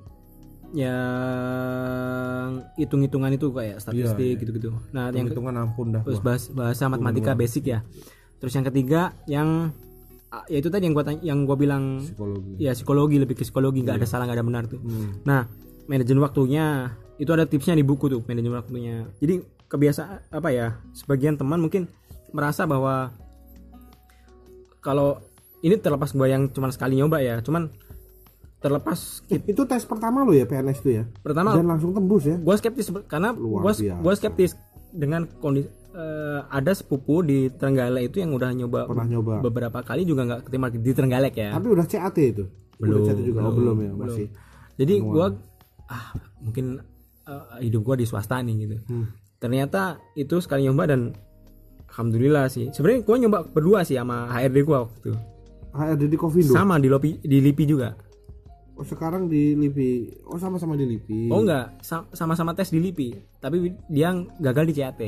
hitung-hitungan itu kayak statistik gitu-gitu. Nah yang hitungan ampun dah, terus bahasa matematika basic ya. Terus yang ketiga yang ya itu tadi yang gua bilang psikologi, lebih ke psikologi, nggak ada salah, nggak ada benar tuh. Nah manajemen waktunya itu ada tipsnya di buku tuh, manajemen waktunya. Jadi kebiasaan apa ya, sebagian teman mungkin merasa bahwa kalau ini terlepas gua yang cuma sekali nyoba ya, cuman terlepas itu tes pertama lo ya PNS tuh ya, pertama dan langsung tembus ya. Gua skeptis karena gua skeptis dengan kondisi. Ada sepupu di Trenggalek itu yang udah pernah nyoba beberapa kali juga nggak keterima di Trenggalek ya. Tapi udah CAT itu? Belum. Udah CAT juga? Belum ya, masih. Jadi gue mungkin hidup gue di swasta nih gitu. Ternyata itu sekali nyoba dan alhamdulillah sih. Sebenarnya gue nyoba berdua sih sama HRD gue waktu itu. HRD di Covindo? Sama di LIPI juga. Oh sekarang di LIPI. Oh sama-sama di LIPI. Oh enggak, sama-sama tes di LIPI, tapi dia gagal di CAT.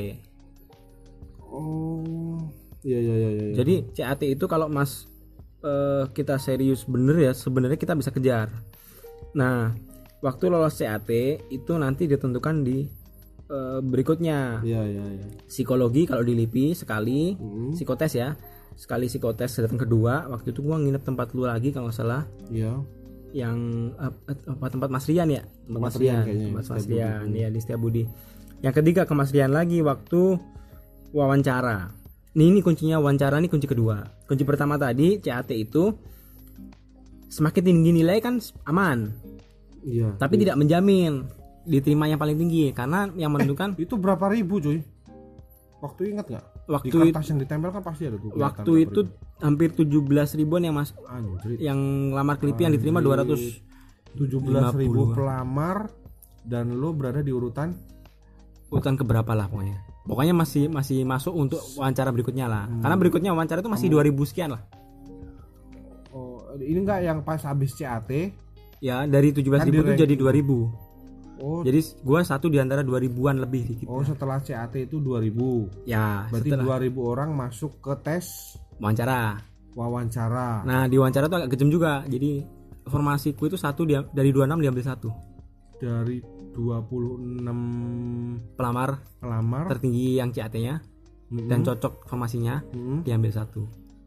Oh iya. Jadi CAT itu kalau Mas kita serius bener ya, sebenarnya kita bisa kejar. Nah waktu lolos CAT itu nanti ditentukan di berikutnya. Iya. Psikologi kalau di LIPI sekali, psikotes ya sekali, psikotes datang kedua. Waktu itu gua nginep tempat lu lagi kalau nggak salah. Iya. Yang tempat Mas Rian ya, tempat Mas Rian ya di Setiabudi. Yang ketiga ke Mas Rian lagi waktu wawancara. Ini kuncinya wawancara, nih kunci kedua. Kunci pertama tadi CAT itu semakin tinggi nilai kan aman. Iya. Tapi tidak menjamin diterima yang paling tinggi, karena yang menentukan itu berapa ribu cuy? Waktu ingat nggak? Waktu di kertas yang ditempel kan pasti ada tuh. Waktu itu hampir 17 ribuan yang Mas. Anjir. Yang lamar ke LIPI yang diterima 217.000 pelamar dan lo berada di urutan keberapa lah pokoknya. Pokoknya masih masuk untuk wawancara berikutnya lah. Karena berikutnya wawancara itu masih 2000 sekian lah. Oh, ini enggak yang pas habis CAT? Ya, dari 17.000 itu jadi 2000. Oh. Jadi gua satu di antara 2000-an lebih dikit. Oh, setelah CAT itu 2000. Ya, berarti 2000 orang masuk ke tes wawancara. Nah, di wawancara tuh agak kejam juga. Jadi formasiku itu satu dari 26 diambil satu. Dari 26 pelamar tertinggi yang CAT-nya dan cocok formasinya diambil satu.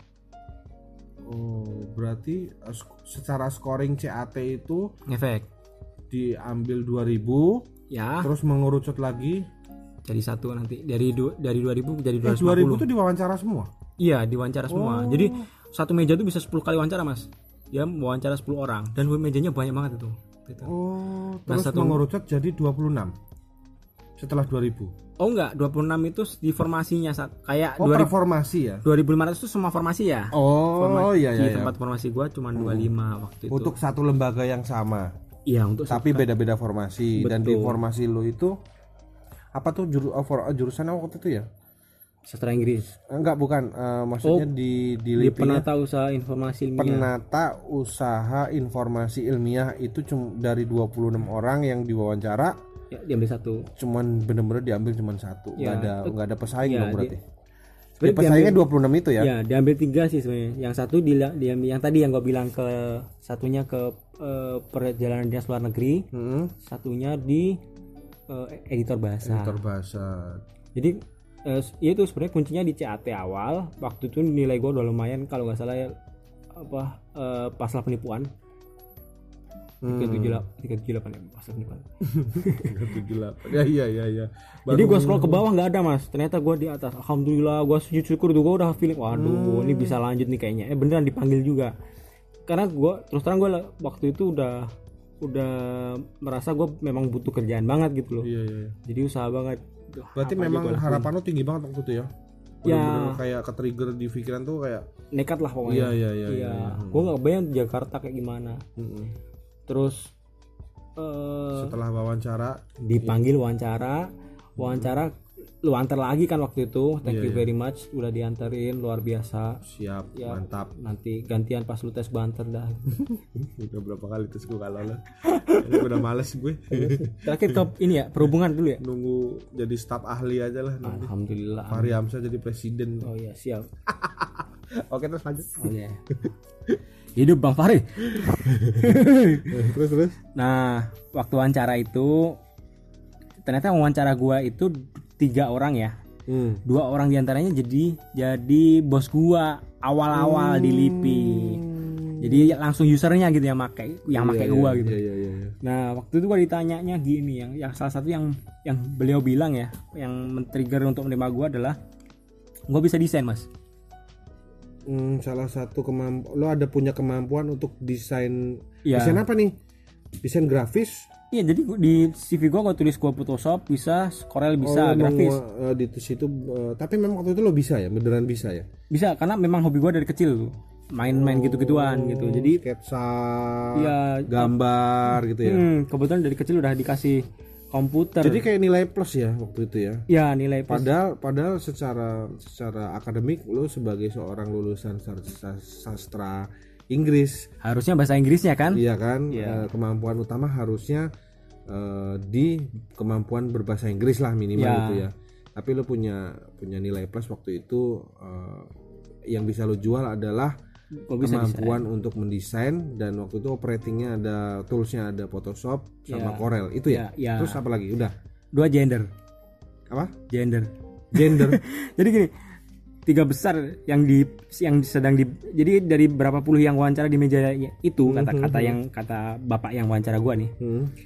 Oh, berarti secara scoring CAT itu ngefek. Diambil 2000 ya. Terus mengerucut lagi jadi satu nanti dari 2000 jadi 250. 2000 itu diwawancara semua? Iya, diwawancara semua. Jadi satu meja tuh bisa 10 kali wawancara, Mas. Dia wawancara 10 orang dan mejanya banyak banget itu. Gitu. Oh, terus mengerucut jadi 26 setelah 2000. Oh enggak, 26 itu di formasinya kayak per formasi ya. 2500 itu semua formasi ya. Oh, iya. Tempat formasi gua cuma 25 waktu itu. Untuk satu lembaga yang sama. Iya, untuk tapi beda-beda formasi. Betul. Dan di formasi lo itu apa tuh jurusan apa waktu itu ya? Sastra Inggris. Enggak, bukan. Maksudnya di penata usaha informasi ilmiah. Penata usaha informasi ilmiah itu cuma dari 26 orang yang diwawancara. Ya, diambil satu. Cuman bener-bener diambil cuman satu. Ya, enggak ada pesaing dong berarti. Pesaingnya 26 itu ya? Ya, diambil 3 sih sebenarnya. Yang satu diambil yang tadi yang gue bilang ke satunya ke perjalanan dinas luar negeri, satunya di editor bahasa. Jadi itu sebenarnya kuncinya di CAT awal. Waktu itu nilai gue udah lumayan, kalau nggak salah ya pasal penipuan 378 ya, pasal penipuan. 378. Ya. Jadi gue scroll ke bawah nggak ada, Mas. Ternyata gue di atas. Alhamdulillah, gue syukur tuh, gue udah feeling waduh ini bisa lanjut nih kayaknya. Beneran dipanggil juga. Karena gue terus terang gue waktu itu udah merasa gue memang butuh kerjaan banget gitu loh. Iya. Jadi usaha banget. Berarti memang harapan lo tinggi banget waktu itu ya? Bener-bener kayak ke-trigger di pikiran tuh kayak nekat lah pokoknya. Iya. Gue nggak bayang Jakarta kayak gimana. Terus setelah wawancara dipanggil wawancara lu antar lagi kan waktu itu. Thank you very much udah dianterin, luar biasa. Siap ya, mantap. Nanti gantian pas lu tes banter dah. Udah berapa kali tes gue kalah lah. Ini udah males gue. Terakhir ke ini ya, perhubungan dulu ya. Nunggu jadi staf ahli aja lah nanti. Alhamdulillah. Fahri Hamzah jadi presiden. Oh iya, siap. Oke, terus lanjut. Oh iya. Hidup Bang Fahri. Terus. Nah, waktu wawancara itu ternyata wawancara gua itu 3 orang ya. 2 orang diantaranya jadi bos gua awal-awal di LIPI. Jadi langsung usernya gitu yang pakai gua gitu. Iya. Nah, waktu itu gua ditanyanya gini, yang salah satu yang beliau bilang ya, yang men-trigger untuk menerima gua adalah gua bisa desain, Mas. Salah satu lo ada punya kemampuan untuk desain. Desain apa nih? Desain grafis? Iya, jadi di CV gue tulis gue Photoshop bisa, Corel bisa, grafis. Di situ tapi memang waktu itu lo bisa ya, beneran bisa ya? Bisa, karena memang hobi gue dari kecil tuh main-main gitu-gituan gitu. Jadi sketsa, gambar gitu ya. Kebetulan dari kecil udah dikasih komputer. Jadi kayak nilai plus ya waktu itu ya? Ya, nilai plus. Padahal secara akademik lo sebagai seorang lulusan sastra Inggris. Harusnya bahasa Inggrisnya kan? Iya kan? Iya. Kemampuan utama harusnya di kemampuan berbahasa Inggris lah minimal Iya. itu ya. Tapi lo punya nilai plus waktu itu, yang bisa lo jual adalah Gua bisa kemampuan untuk mendesain, dan waktu itu operatingnya ada, toolsnya ada Photoshop sama Iya. Corel itu ya. Iya. Terus apa lagi? Udah. 2 gender. Apa? Gender. Gender. Jadi gini, 3 besar yang sedang jadi dari berapa puluh yang wawancara di meja itu, kata bapak yang wawancara gua nih.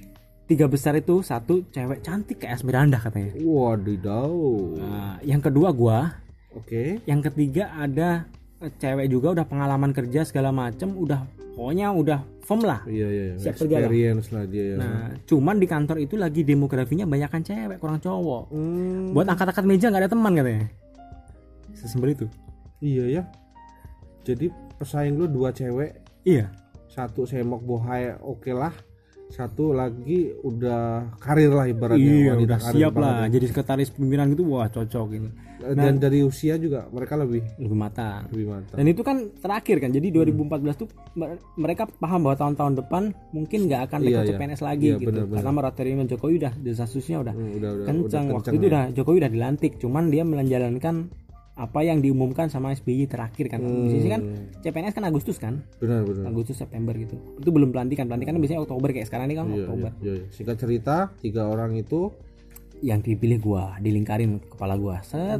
3 besar itu, 1 cewek cantik kayak Asmiranda katanya. Wadidaw. Nah, yang kedua gua. Oke. Yang ketiga ada cewek juga, udah pengalaman kerja segala macem, pokoknya udah firm lah. Iya. Siap kerja lah. Experience lah dia ya. Nah, cuman di kantor itu lagi demografinya banyakan cewek, kurang cowok. Buat angkat-angkat meja nggak ada teman katanya. Sesimpel itu. Iya ya. Jadi pesaing lu 2 cewek, Iya. 1 semok bohai oke lah, 1 lagi udah karir lah ibaratnya. Iya, wanita udah karir siap banget lah. ya. Jadi sekretaris pimpinan gitu, wah cocok ini. Dan dari usia juga mereka lebih Matang. matang. Dan itu kan terakhir kan. Jadi 2014 tuh mereka paham bahwa tahun-tahun depan mungkin nggak akan Iya, rekrut iya. CPNS lagi Iya, gitu. benar-benar. Karena moratorium Jokowi udah desasusnya udah udah kencang. Waktu kencang itu ya. udah Jokowi udah dilantik, cuman dia menjalankan apa yang diumumkan sama SBY terakhir kan. Biasanya kan CPNS kan Agustus kan. Benar. Agustus September gitu. Itu belum pelantikan kan biasanya Oktober, kayak sekarang ini kan Oktober. Iya. Singkat cerita, 3 orang itu Yang dipilih gua, dilingkarin kepala gua. Set.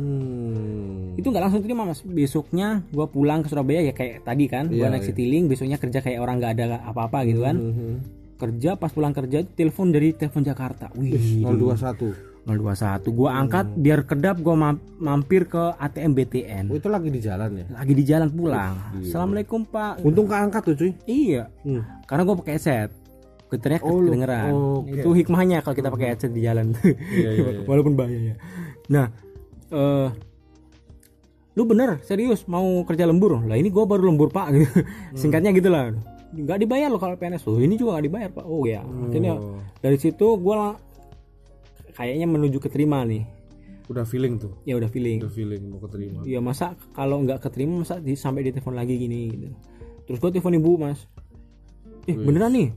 Itu nggak langsung terima Mas. Besoknya gua pulang ke Surabaya ya kayak tadi kan. Gua naik Citylink, besoknya kerja kayak orang nggak ada apa-apa gitu kan. Kerja, pas pulang kerja telepon dari telepon Jakarta. Wih, 021. Gua angkat biar kedap, gua mampir ke ATM BTN. Oh, itu lagi di jalan ya? Lagi di jalan pulang. Assalamualaikum Pak. Untung keangkat tuh cuy. Iya. Karena gua pakai headset. Teriak kedengeran. okay. Itu hikmahnya kalau kita pakai headset di jalan. Iya. Walaupun bahaya ya. Nah, lu bener serius mau kerja lembur? Lah ini gua baru lembur Pak. Singkatnya gitulah. Nggak dibayar loh kalau PNS. Oh ini juga nggak dibayar Pak. Oh ya. Akhirnya dari situ gua kayaknya menuju keterima nih. Udah feeling tuh. Ya udah feeling mau keterima. Iya, masa kalau nggak keterima masa sampai ditelepon lagi gini gitu. Terus gua telepon ibu Mas. Beneran nih.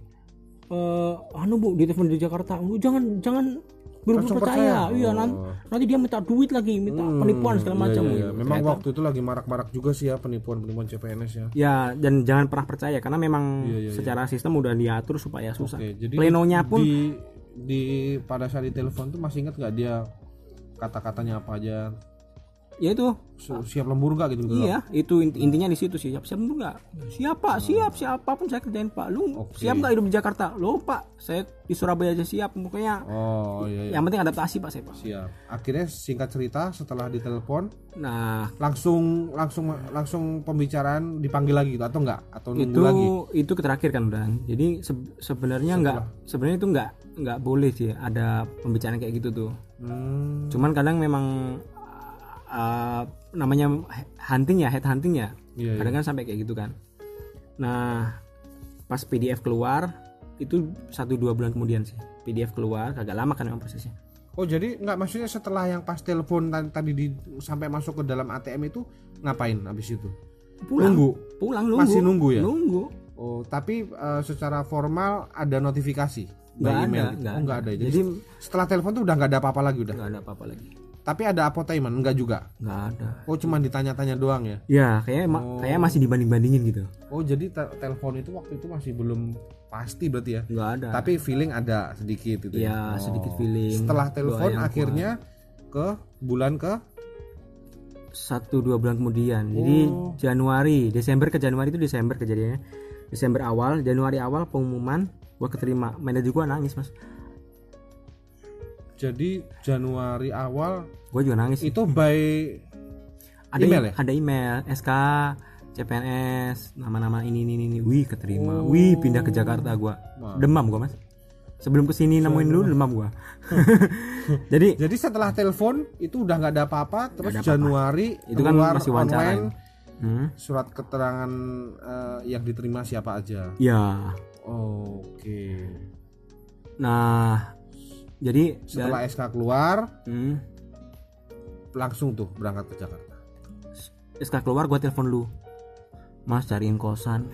Bu di telepon dari Jakarta. Jangan buru-buru percaya. Iya, nanti dia minta duit lagi, minta penipuan segala macam. Iya. Memang waktu itu lagi marak-marak juga sih ya penipuan CPNS ya. Ya, dan jangan pernah percaya karena memang secara sistem udah diatur supaya susah. Jadi plenonya pun di pada saat di telepon tuh masih ingat nggak dia kata-katanya apa aja? Ya itu siap lembur nggak gitu? Iya, itu intinya di situ sih. Siap lembur nggak? Siap Pak, siapapun saya kerjain Pak. Lu siap nggak hidup di Jakarta? Lo Pak, saya di Surabaya aja siap. Pokoknya. Iya. Yang penting adaptasi Pak saya Pak. Siap. Akhirnya singkat cerita setelah ditelepon, nah langsung pembicaraan dipanggil lagi gitu atau enggak? Atau nunggu lagi? Itu terakhir kan udah. Jadi sebenarnya itu nggak boleh sih ada pembicaraan kayak gitu tuh. Cuman kadang memang namanya head hunting ya. Kadang kan sampai kayak gitu kan. Nah, pas PDF keluar itu 1-2 bulan kemudian sih. PDF keluar, agak lama kan memang prosesnya. Oh, jadi nggak, maksudnya setelah yang pas telepon tadi sampai masuk ke dalam ATM itu ngapain abis itu? Pulang. Masih nunggu ya? Nunggu. Oh, tapi secara formal ada notifikasi? Nggak ada. Jadi setelah telepon tuh udah nggak ada apa-apa lagi udah? Nggak ada apa-apa lagi. Tapi ada apotainment? Enggak juga? Nggak ada. Oh, cuma ditanya-tanya doang ya? Ya, kayak masih dibanding-bandingin gitu. Oh, jadi telepon itu waktu itu masih belum pasti berarti ya? Nggak ada. Tapi feeling ada sedikit gitu ya? Sedikit feeling. Setelah telepon akhirnya ke bulan ke 1-2 bulan kemudian. Jadi Desember itu Desember kejadiannya. Desember awal, Januari awal pengumuman gua keterima. Manajer gua nangis, Mas. Jadi Januari awal gue juga nangis. Itu by ada email ya? Ada email, SK, CPNS, nama-nama ini. Wih, keterima. Wih, pindah ke Jakarta gue. Demam gue Mas. Sebelum kesini nemuin dulu demam gue. Jadi setelah telepon itu udah nggak ada apa-apa. Terus Januari itu kan masih wawancara. Surat keterangan yang diterima siapa aja. Ya. Oke. Nah, jadi setelah SK keluar, langsung tuh berangkat ke Jakarta. SK keluar, gue telepon lu. Mas cariin kosan.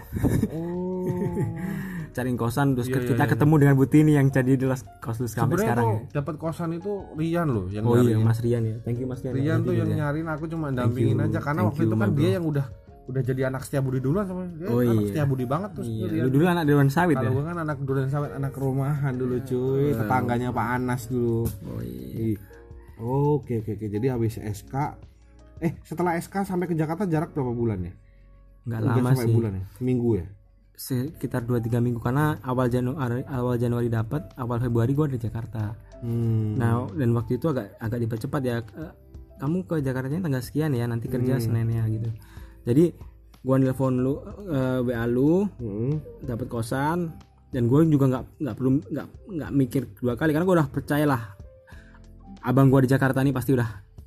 Cariin kosan terus Iya, kita iya, ketemu dengan Butini yang jadi di kos sampai sekarang ya. Dapat kosan itu Rian loh yang Oh iya nyariin. Mas Rian ya. Thank you Mas Rian. Rian tuh yang nyariin, aku cuma dampingin aja karena waktu itu kan dia yang udah jadi anak Setiabudi duluan sama dia. Anak Setiabudi banget tuh. Iya. Lu dulu anak Dewan Sawit ya. Kalau gue kan anak Duren Sawit, anak rumahan dulu cuy, tetangganya Pak Anas dulu. Oh iya. Oke. Jadi habis SK, setelah SK sampai ke Jakarta jarak berapa bulan ya? Enggak lama sih. Bulan ya? Minggu ya? Sekitar 2-3 minggu karena awal Januari dapat, awal Februari gua di Jakarta. Nah, dan waktu itu agak dipercepat ya. Kamu ke Jakartanya tanggal sekian ya, nanti kerja Seninnya gitu. Jadi gua nelpon lu, WA lu, dapat kosan, dan gua juga nggak mikir dua kali karena gua udah percayalah abang gua di Jakarta nih pasti udah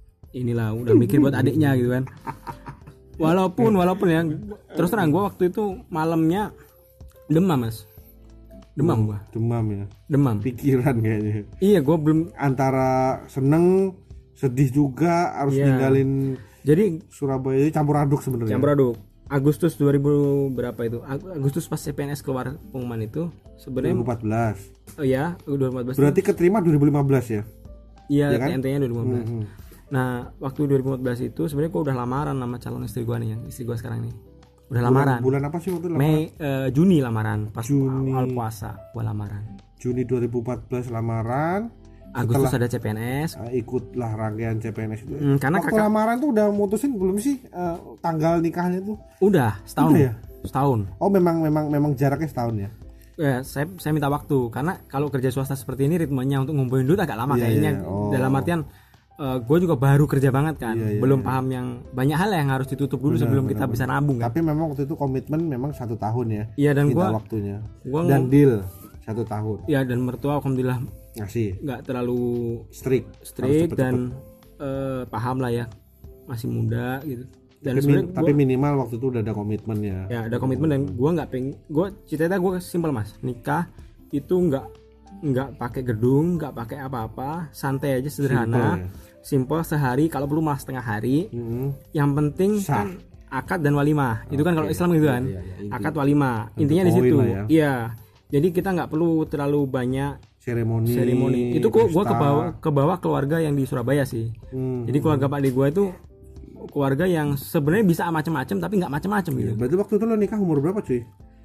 mikir buat adiknya gitu kan. Walaupun ya terus terang gue waktu itu malamnya demam Mas. Demam ya. Demam. Pikiran kayaknya. Iya, gue belum antara seneng, sedih juga harus ninggalin. Jadi Surabaya ini campur aduk sebenarnya. Campur aduk. Agustus 2000 berapa itu? Agustus pas CPNS keluar pengumuman itu sebenarnya 2014. Oh ya, 2014. Berarti keterima 2015 ya? Iya, ya kan? TNT-nya 2015. Nah, waktu 2014 itu sebenarnya gue udah lamaran sama calon istri gue nih, yang istri gue sekarang nih. Udah lamaran. Bulan apa sih waktu lamaran? Juni lamaran, pas awal puasa gue lamaran. Juni 2014 lamaran. Agustus ada CPNS. Ikutlah rangkaian CPNS itu. Karena waktu lamaran tuh udah mutusin belum sih tanggal nikahnya tuh? Udah, setahun. Udah ya? Setahun. Oh, memang jaraknya setahun ya? Ya, saya minta waktu karena kalau kerja swasta seperti ini ritmenya untuk ngumpulin duit agak lama kayaknya. Dalam artian gue juga baru kerja banget kan, belum paham yang banyak hal yang harus ditutup dulu sebelum kita bisa nabung kan. Tapi memang waktu itu komitmen memang 1 tahun ya. Iya, dan gue waktunya. Dan deal 1 tahun. Iya, dan mertua alhamdulillah ngasih. Nggak terlalu strict dan paham lah ya, masih muda gitu. Dan tapi minimal waktu itu udah ada komitmennya. Ya, ada komitmen dan gue nggak cita-cita gue simpel Mas, nikah itu nggak pakai gedung, nggak pakai apa-apa, santai aja, sederhana, simple sehari, kalau perlu malah setengah hari. Yang penting kan akad dan walimah. Itu kan kalau Islam gitu kan. Akad walimah. Intinya di situ. Iya. Jadi kita nggak perlu terlalu banyak seremoni. Itu gue ke bawah keluarga yang di Surabaya sih. Jadi keluarga Pak De gue itu keluarga yang sebenarnya bisa macam-macam tapi nggak macam-macam gitu. Berarti waktu itu lo nikah umur berapa cuy?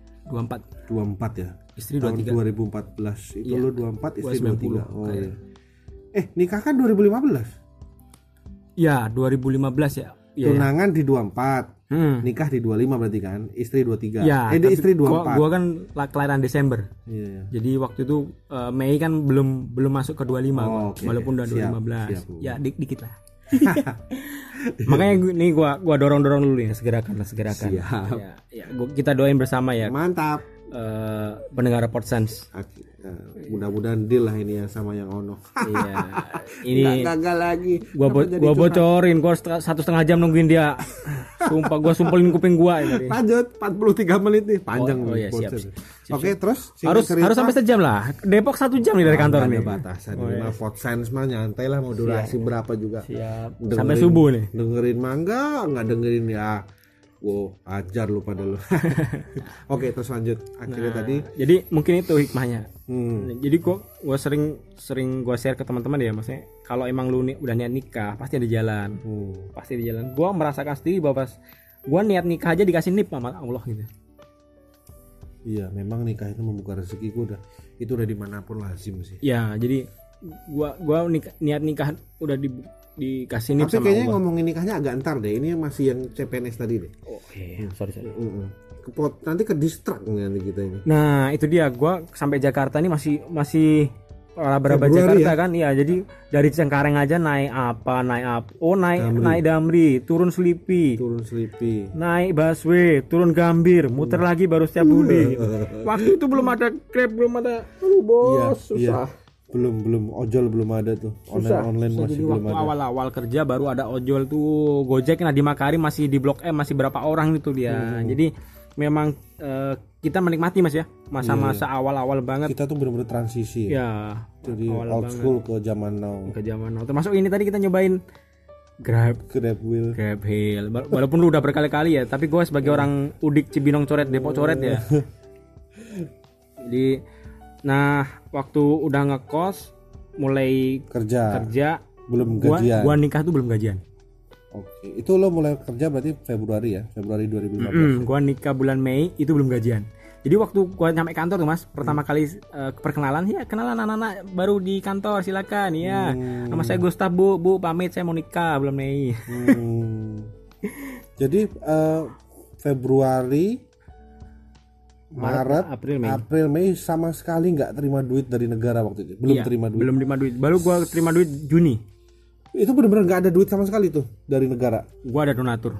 24 ya. Istri 23. Tahun 2014 itu lo 24, istri 23. Oh iya. Nikah kan 2015. Ya, 2015 ya. Tunangan di 24. Nikah di 25 berarti kan. Istri 23. Ya, istri 24. Gua kan kelahiran Desember. Iya. Jadi waktu itu Mei kan belum masuk ke 25 walaupun udah 2015. Siap. Ya dikit lah. Makanya gua dorong dulu nih, segerakan. Siap. Ya, kita doain bersama ya. Mantap. Pendengar Podsense. Mudah-mudahan deal lah ini ya sama yang Ono. Iya. Ini gagal lagi. Gua bocorin, gua 1,5 jam nungguin dia. Sumpah gua sumpelin kuping gua ini. Lanjut 43 menit nih, panjang. Iya, siap. Oke, terus harus sampai sejam lah. Depok 1 jam nih dari kantor nih. Ada batasan. Ini Podsense mah nyantai lah, mau durasi berapa juga. Siap. Sampai subuh nih. Dengerin mangga, enggak dengerin ya. Wow, ajar lu pada lu. Oke, terus lanjut. Akhirnya tadi. Jadi mungkin itu hikmahnya. Jadi gua sering gua share ke teman-teman ya, maksudnya kalau emang lu udah niat nikah, pasti ada jalan. Pasti ada jalan. Gua merasakan sendiri bahwa pas gua niat nikah aja dikasih nip sama Allah gitu. Iya, memang nikah itu membuka rezeki. Itu udah dimanapun lazim sih. Ya, jadi gua niat nikah udah dikasih nip tapi sama kayaknya Allah. Ngomongin nikahnya agak entar deh. Ini masih yang CPNS tadi deh. Sorry. Nanti ke distrak nanti kita ini. Nah, itu dia. Gua sampai Jakarta ini masih raba-raba Jakarta ya? Kan. Iya, jadi dari Cengkareng aja naik Damri, turun Selipi, naik busway, turun Gambir, muter lagi baru Setiabudi. Waktu itu belum ada Grab, belum ada. Bos, susah. Belum ojol belum ada tuh. Online masih belum ada. Awal-awal kerja baru ada ojol tuh, Gojek. Nah, di Makarim masih di Blok M masih berapa orang itu dia. Jadi memang kita menikmati Mas ya masa-masa awal-awal banget. Kita tuh benar-benar transisi ya. Jadi old school ke zaman now. Termasuk ini tadi kita nyobain Grab Wheel. Walaupun lu udah berkali-kali ya, tapi gue sebagai orang Udik Cibinong Coret, Depok Coret ya. Jadi nah waktu udah ngekos mulai kerja belum gajian. Gua nikah tuh belum gajian. Oke. Itu lo mulai kerja berarti Februari 2015. Gua nikah bulan Mei itu belum gajian. Jadi waktu gua nyampe kantor tuh Mas, pertama kali perkenalan, ya kenalan anak-anak baru di kantor, silakan ya. Nama saya Gustaf, Bu pamit saya mau nikah bulan Mei. Jadi Februari, Maret, April, Mei sama sekali nggak terima duit dari negara waktu itu. Belum terima duit. Baru gua terima duit Juni. Itu benar-benar nggak ada duit sama sekali tuh dari negara. Gua ada donatur.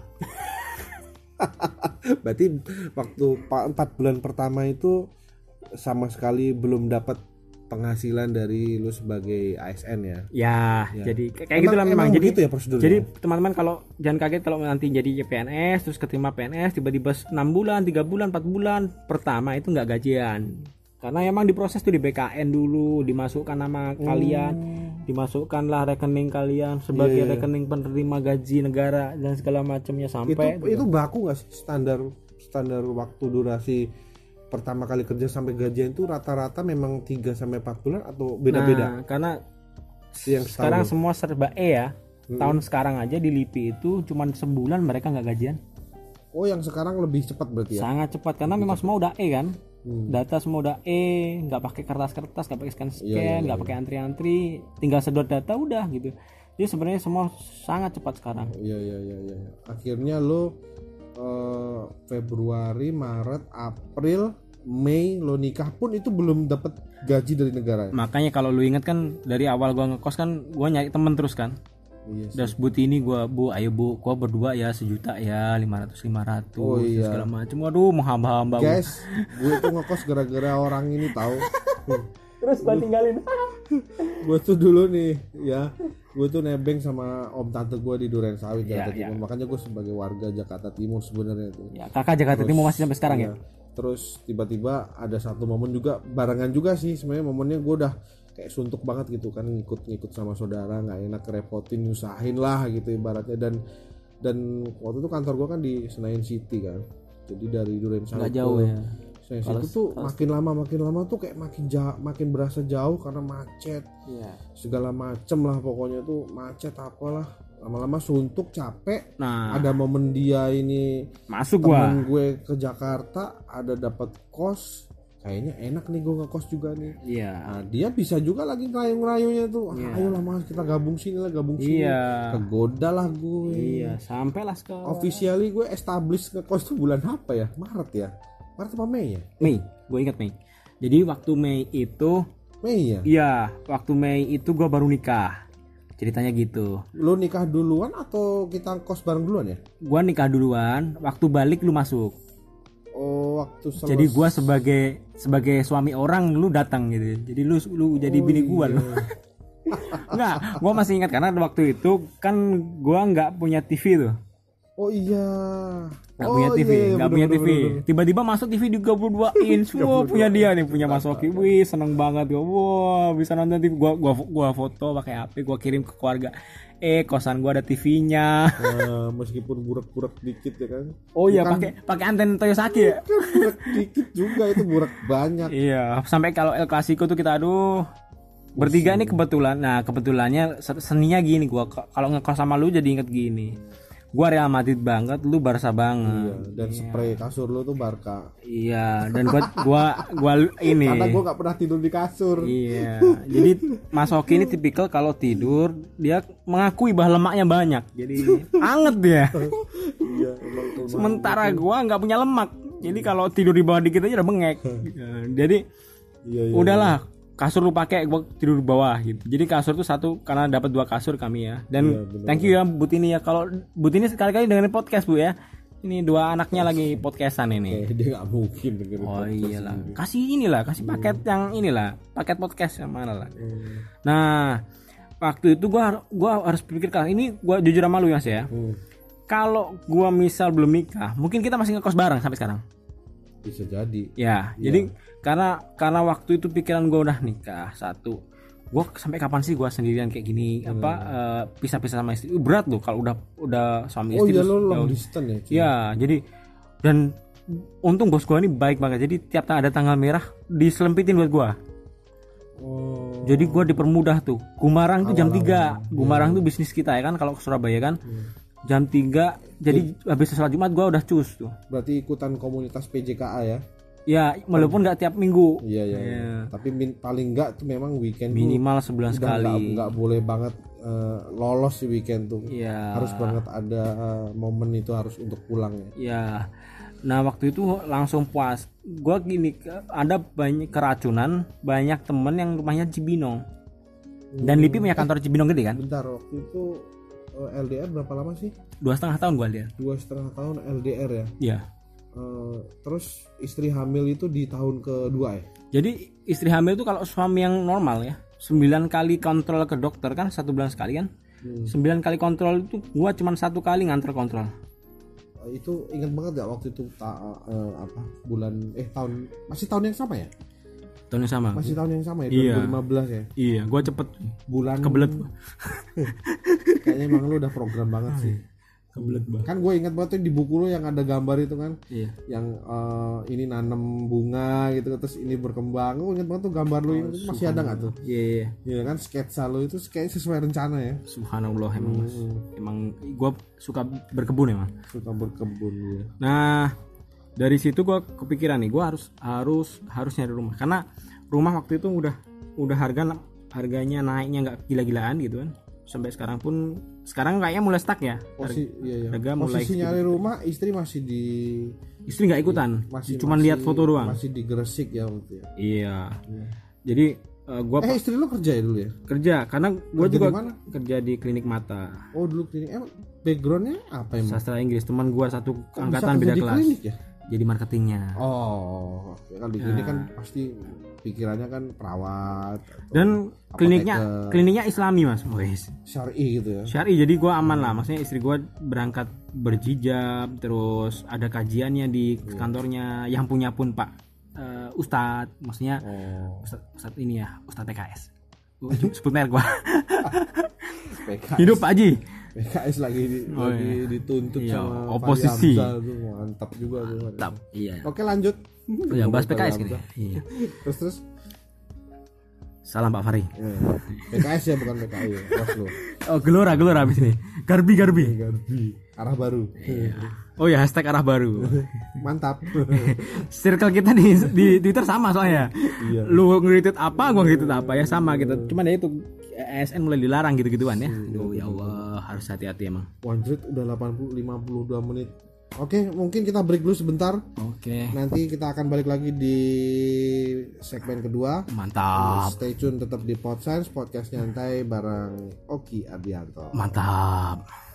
Berarti waktu 4 bulan pertama itu sama sekali belum dapat penghasilan dari lu sebagai ASN ya. Ya. Jadi kayak gitulah memang. Jadi gitu ya prosedurnya. Jadi teman-teman kalau jangan kaget kalau nanti jadi PNS terus keterima PNS tiba-tiba 6 bulan, 3 bulan, 4 bulan pertama itu nggak gajian. Karena emang diproses tuh di BKN dulu, dimasukkan nama kalian, dimasukkanlah rekening kalian sebagai rekening penerima gaji negara dan segala macamnya sampai itu baku nggak sih standar waktu durasi pertama kali kerja sampai gajian itu rata-rata memang 3 sampai 4 bulan atau beda-beda? Nah, karena yang sekarang semua serba ya. Tahun sekarang aja di LIPI itu cuma sebulan mereka nggak gajian. Oh, yang sekarang lebih cepat berarti ya? Sangat cepat karena memang semua udah kan. Data semua udah nggak pakai kertas-kertas, nggak pakai scan, nggak pakai antri-antri, tinggal sedot data udah gitu. Jadi sebenarnya semua sangat cepat sekarang. Iya. Akhirnya lo Februari, Maret, April, Mei lo nikah pun itu belum dapat gaji dari negara. Makanya kalau lu ingat kan dari awal gua ngekos kan gua nyari temen terus kan. Udah sebut ini gua ayo bu gua berdua ya 1 juta ya 500 segala macam. Waduh mau hamba guys, gue tuh ngekos gara-gara orang ini tahu. Terus gua tinggalin. Gue tuh dulu nih ya, gue tuh nebeng sama om tante gue di Duren Sawit Jakarta Timur. Makanya gue sebagai warga Jakarta Timur sebenarnya tuh. Ya, kakak Jakarta Timur masih sampai sekarang ya. Terus tiba-tiba ada satu momen juga barengan juga sih sebenarnya momennya gue udah kayak suntuk banget gitu kan, ngikut sama saudara, nggak enak repotin, nyusahin lah gitu ibaratnya. Dan waktu itu kantor gue kan di Senayan City kan, jadi dari Duren Sawit nggak jauh ya. Senayan City tuh makin lama tuh kayak makin berasa jauh karena macet, segala macem lah pokoknya tuh macet apalah. Lama-lama suntuk, capek. Nah, ada momen dia ini masuk temen gue ke Jakarta, ada dapat kos. Kayaknya enak nih gue ngekos juga nih. Iya. Nah, dia bisa juga lagi ngerayu-ngerayunya tuh. Ayolah Mas, kita gabung sini. Kegoda lah gue. Iya, sampailah sekarang. Officially gue establish ngekos tuh bulan apa ya? Maret ya? Maret apa Mei ya? Mei, gue ingat Mei. Jadi waktu Mei itu Mei ya? Iya, waktu Mei itu gue baru nikah. Ceritanya gitu. Lu nikah duluan atau kita kos bareng duluan ya? Gua nikah duluan, waktu balik lu masuk. Oh, waktu selesai. Jadi gua sebagai suami orang lu datang gitu. Jadi lu jadi bini gua lu. Enggak, gua masih ingat karena waktu itu kan gua enggak punya TV tuh. Oh iya. Nggak punya TV, nggak punya TV. Tiba-tiba masuk TV di 22 inch. Wah, punya dia nih, punya Mas Oki. Wih, seneng banget gua. Wah, bisa nonton TV. Gua foto pakai HP, gua kirim ke keluarga. Kosan gua ada TV-nya. Meskipun burak-burak dikit ya kan. Oh iya, pakai anten Toyosaki ya. Burak dikit juga itu burak banyak. Iya, sampai kalau El Clasico tuh kita bertiga ini kebetulan. Nah, kebetulannya seninya gini, gua kalau ngekos sama lu jadi inget gini. Gua Real Madrid banget, lu Barca banget. Iya, dan spray kasur lu tuh Barca. Iya, dan gua ini. Karena gua enggak pernah tidur di kasur. Iya. Jadi Mas Oki ini tipikal kalau tidur dia mengakui bahwa lemaknya banyak. Jadi anget dia. Iya, sementara gua enggak punya lemak. Jadi kalau tidur di bawah dikit aja udah bengek. Jadi udahlah. Kasur lu pakai, gua tidur di bawah gitu. Jadi kasur tuh satu karena dapat 2 kasur kami ya. Dan thank you ya Butini ya. Kalau Butini sekali-kali dengerin podcast Bu ya. Ini 2 anaknya lagi podcastan ini. Dia nggak mungkin dengerin podcast. Oh iyalah. Kasih paket yang inilah, paket podcast yang mana lah. Nah, waktu itu gua harus pikirkan ini, gua jujur sama lu ya Mas ya. Kalau gua misal belum nikah, mungkin kita masih ngekos bareng sampai sekarang. Bisa jadi. Ya, jadi karena waktu itu pikiran gue udah nikah, satu gue sampai kapan sih gue sendirian kayak gini pisah-pisah sama istri. Berat loh kalau udah suami istri. Oh iya, lo long distance ya. Iya, jadi dan untung bos gue ini baik banget. Jadi tiap ada tanggal merah diselempitin buat gue. Oh. Jadi gue dipermudah tuh. Gumarang tuh jam 3. Gumarang tuh bisnis kita ya kan, kalau ke Surabaya kan. Jam 3. Jadi habis sholat Jumat gue udah cus tuh. Berarti ikutan komunitas PJKA ya. Ya, walaupun nggak tiap minggu. Iya. Tapi paling nggak tuh memang weekend minimal sebulan sekali. Nggak boleh banget lolos di weekend tuh. Iya. Harus banget ada momen itu harus untuk pulang ya. Iya. Nah waktu itu langsung puas. Gue gini, ada banyak keracunan, banyak temen yang rumahnya Cibinong. Dan Lipi punya kantor Cibinong gede kan? Bentar, waktu itu LDR berapa lama sih? 2,5 tahun gue LDR. 2,5 tahun LDR ya? Iya. Terus istri hamil itu di tahun kedua ya? Jadi istri hamil itu kalau suami yang normal ya 9 kali kontrol ke dokter kan 1 bulan sekali kan. 9 kali kontrol itu gua cuma 1 kali nganter kontrol. Itu ingat banget gak waktu itu tahun yang sama ya? Tahun yang sama. Masih tahun yang sama ya, 2015 ya? Iya, gua cepet bulan kebelet. Kayaknya emang lu udah program banget sih. Kebelet banget. Kan gue ingat banget tuh di buku lo yang ada gambar itu kan. Iya. Yang ini nanam bunga gitu, terus ini berkembang. Gue ingat banget tuh gambar lo itu masih ada nggak tuh? Iya. Iya kan, sketsa lo itu kayak sesuai rencana ya. Subhanallah emang mas. Emang gue suka berkebun emang. Suka berkebun ya. Nah dari situ gue kepikiran nih, gue harus nyari rumah karena rumah waktu itu udah harganya naiknya nggak gila-gilaan gitu kan. Sampai sekarang kayaknya mulai stuck ya. Harga mulai posisi nyari rumah, istri nggak ikutan, cuma lihat foto doang. Masih di Gresik ya waktu ya. Iya. Jadi gua istri lu kerja ya dulu ya? Kerja, karena gua juga kerja di klinik mata. Oh dulu klinik, backgroundnya apa emang? Sastra Inggris, teman gua satu angkatan beda kelas. Klinik ya? Jadi marketingnya. Oh, kan di klinik kan pasti pikirannya kan perawat. Dan kliniknya Islami mas, boys. Syar'i gitu ya. Syar'i, jadi gue aman lah. Maksudnya istri gue berangkat berjijab, terus ada kajiannya di kantornya yang punya pun Pak Ustadz, maksudnya Ustadz ini ya, Ustadz PKS. Sebut merek gue. Hidup Pak Haji. PKS lagi dituntut sama oposisi. Mantap juga tuh. Mantap. Iya. Oke lanjut. Ya bahas PKS gitu. Iya. Terus. Salam Pak Fari. PKS ya bukan PKI ya. Oh Gelora abis ini. Garbi. Arah baru. Iya. Oh ya hashtag arah baru. Mantap. Circle kita di Twitter sama soalnya. Iya. Lu nge-retweet apa, gua nge-retweet apa ya sama gitu. Cuman ya itu ASN mulai dilarang gitu-gituan ya. Aduh ya Allah, harus hati-hati emang. Wanjrit udah 52 menit. Oke, mungkin kita break dulu sebentar. Oke. Nanti kita akan balik lagi di segmen kedua. Mantap. Stay tune tetap di Podscience, podcast nyantai bareng Oki Ardianto. Mantap.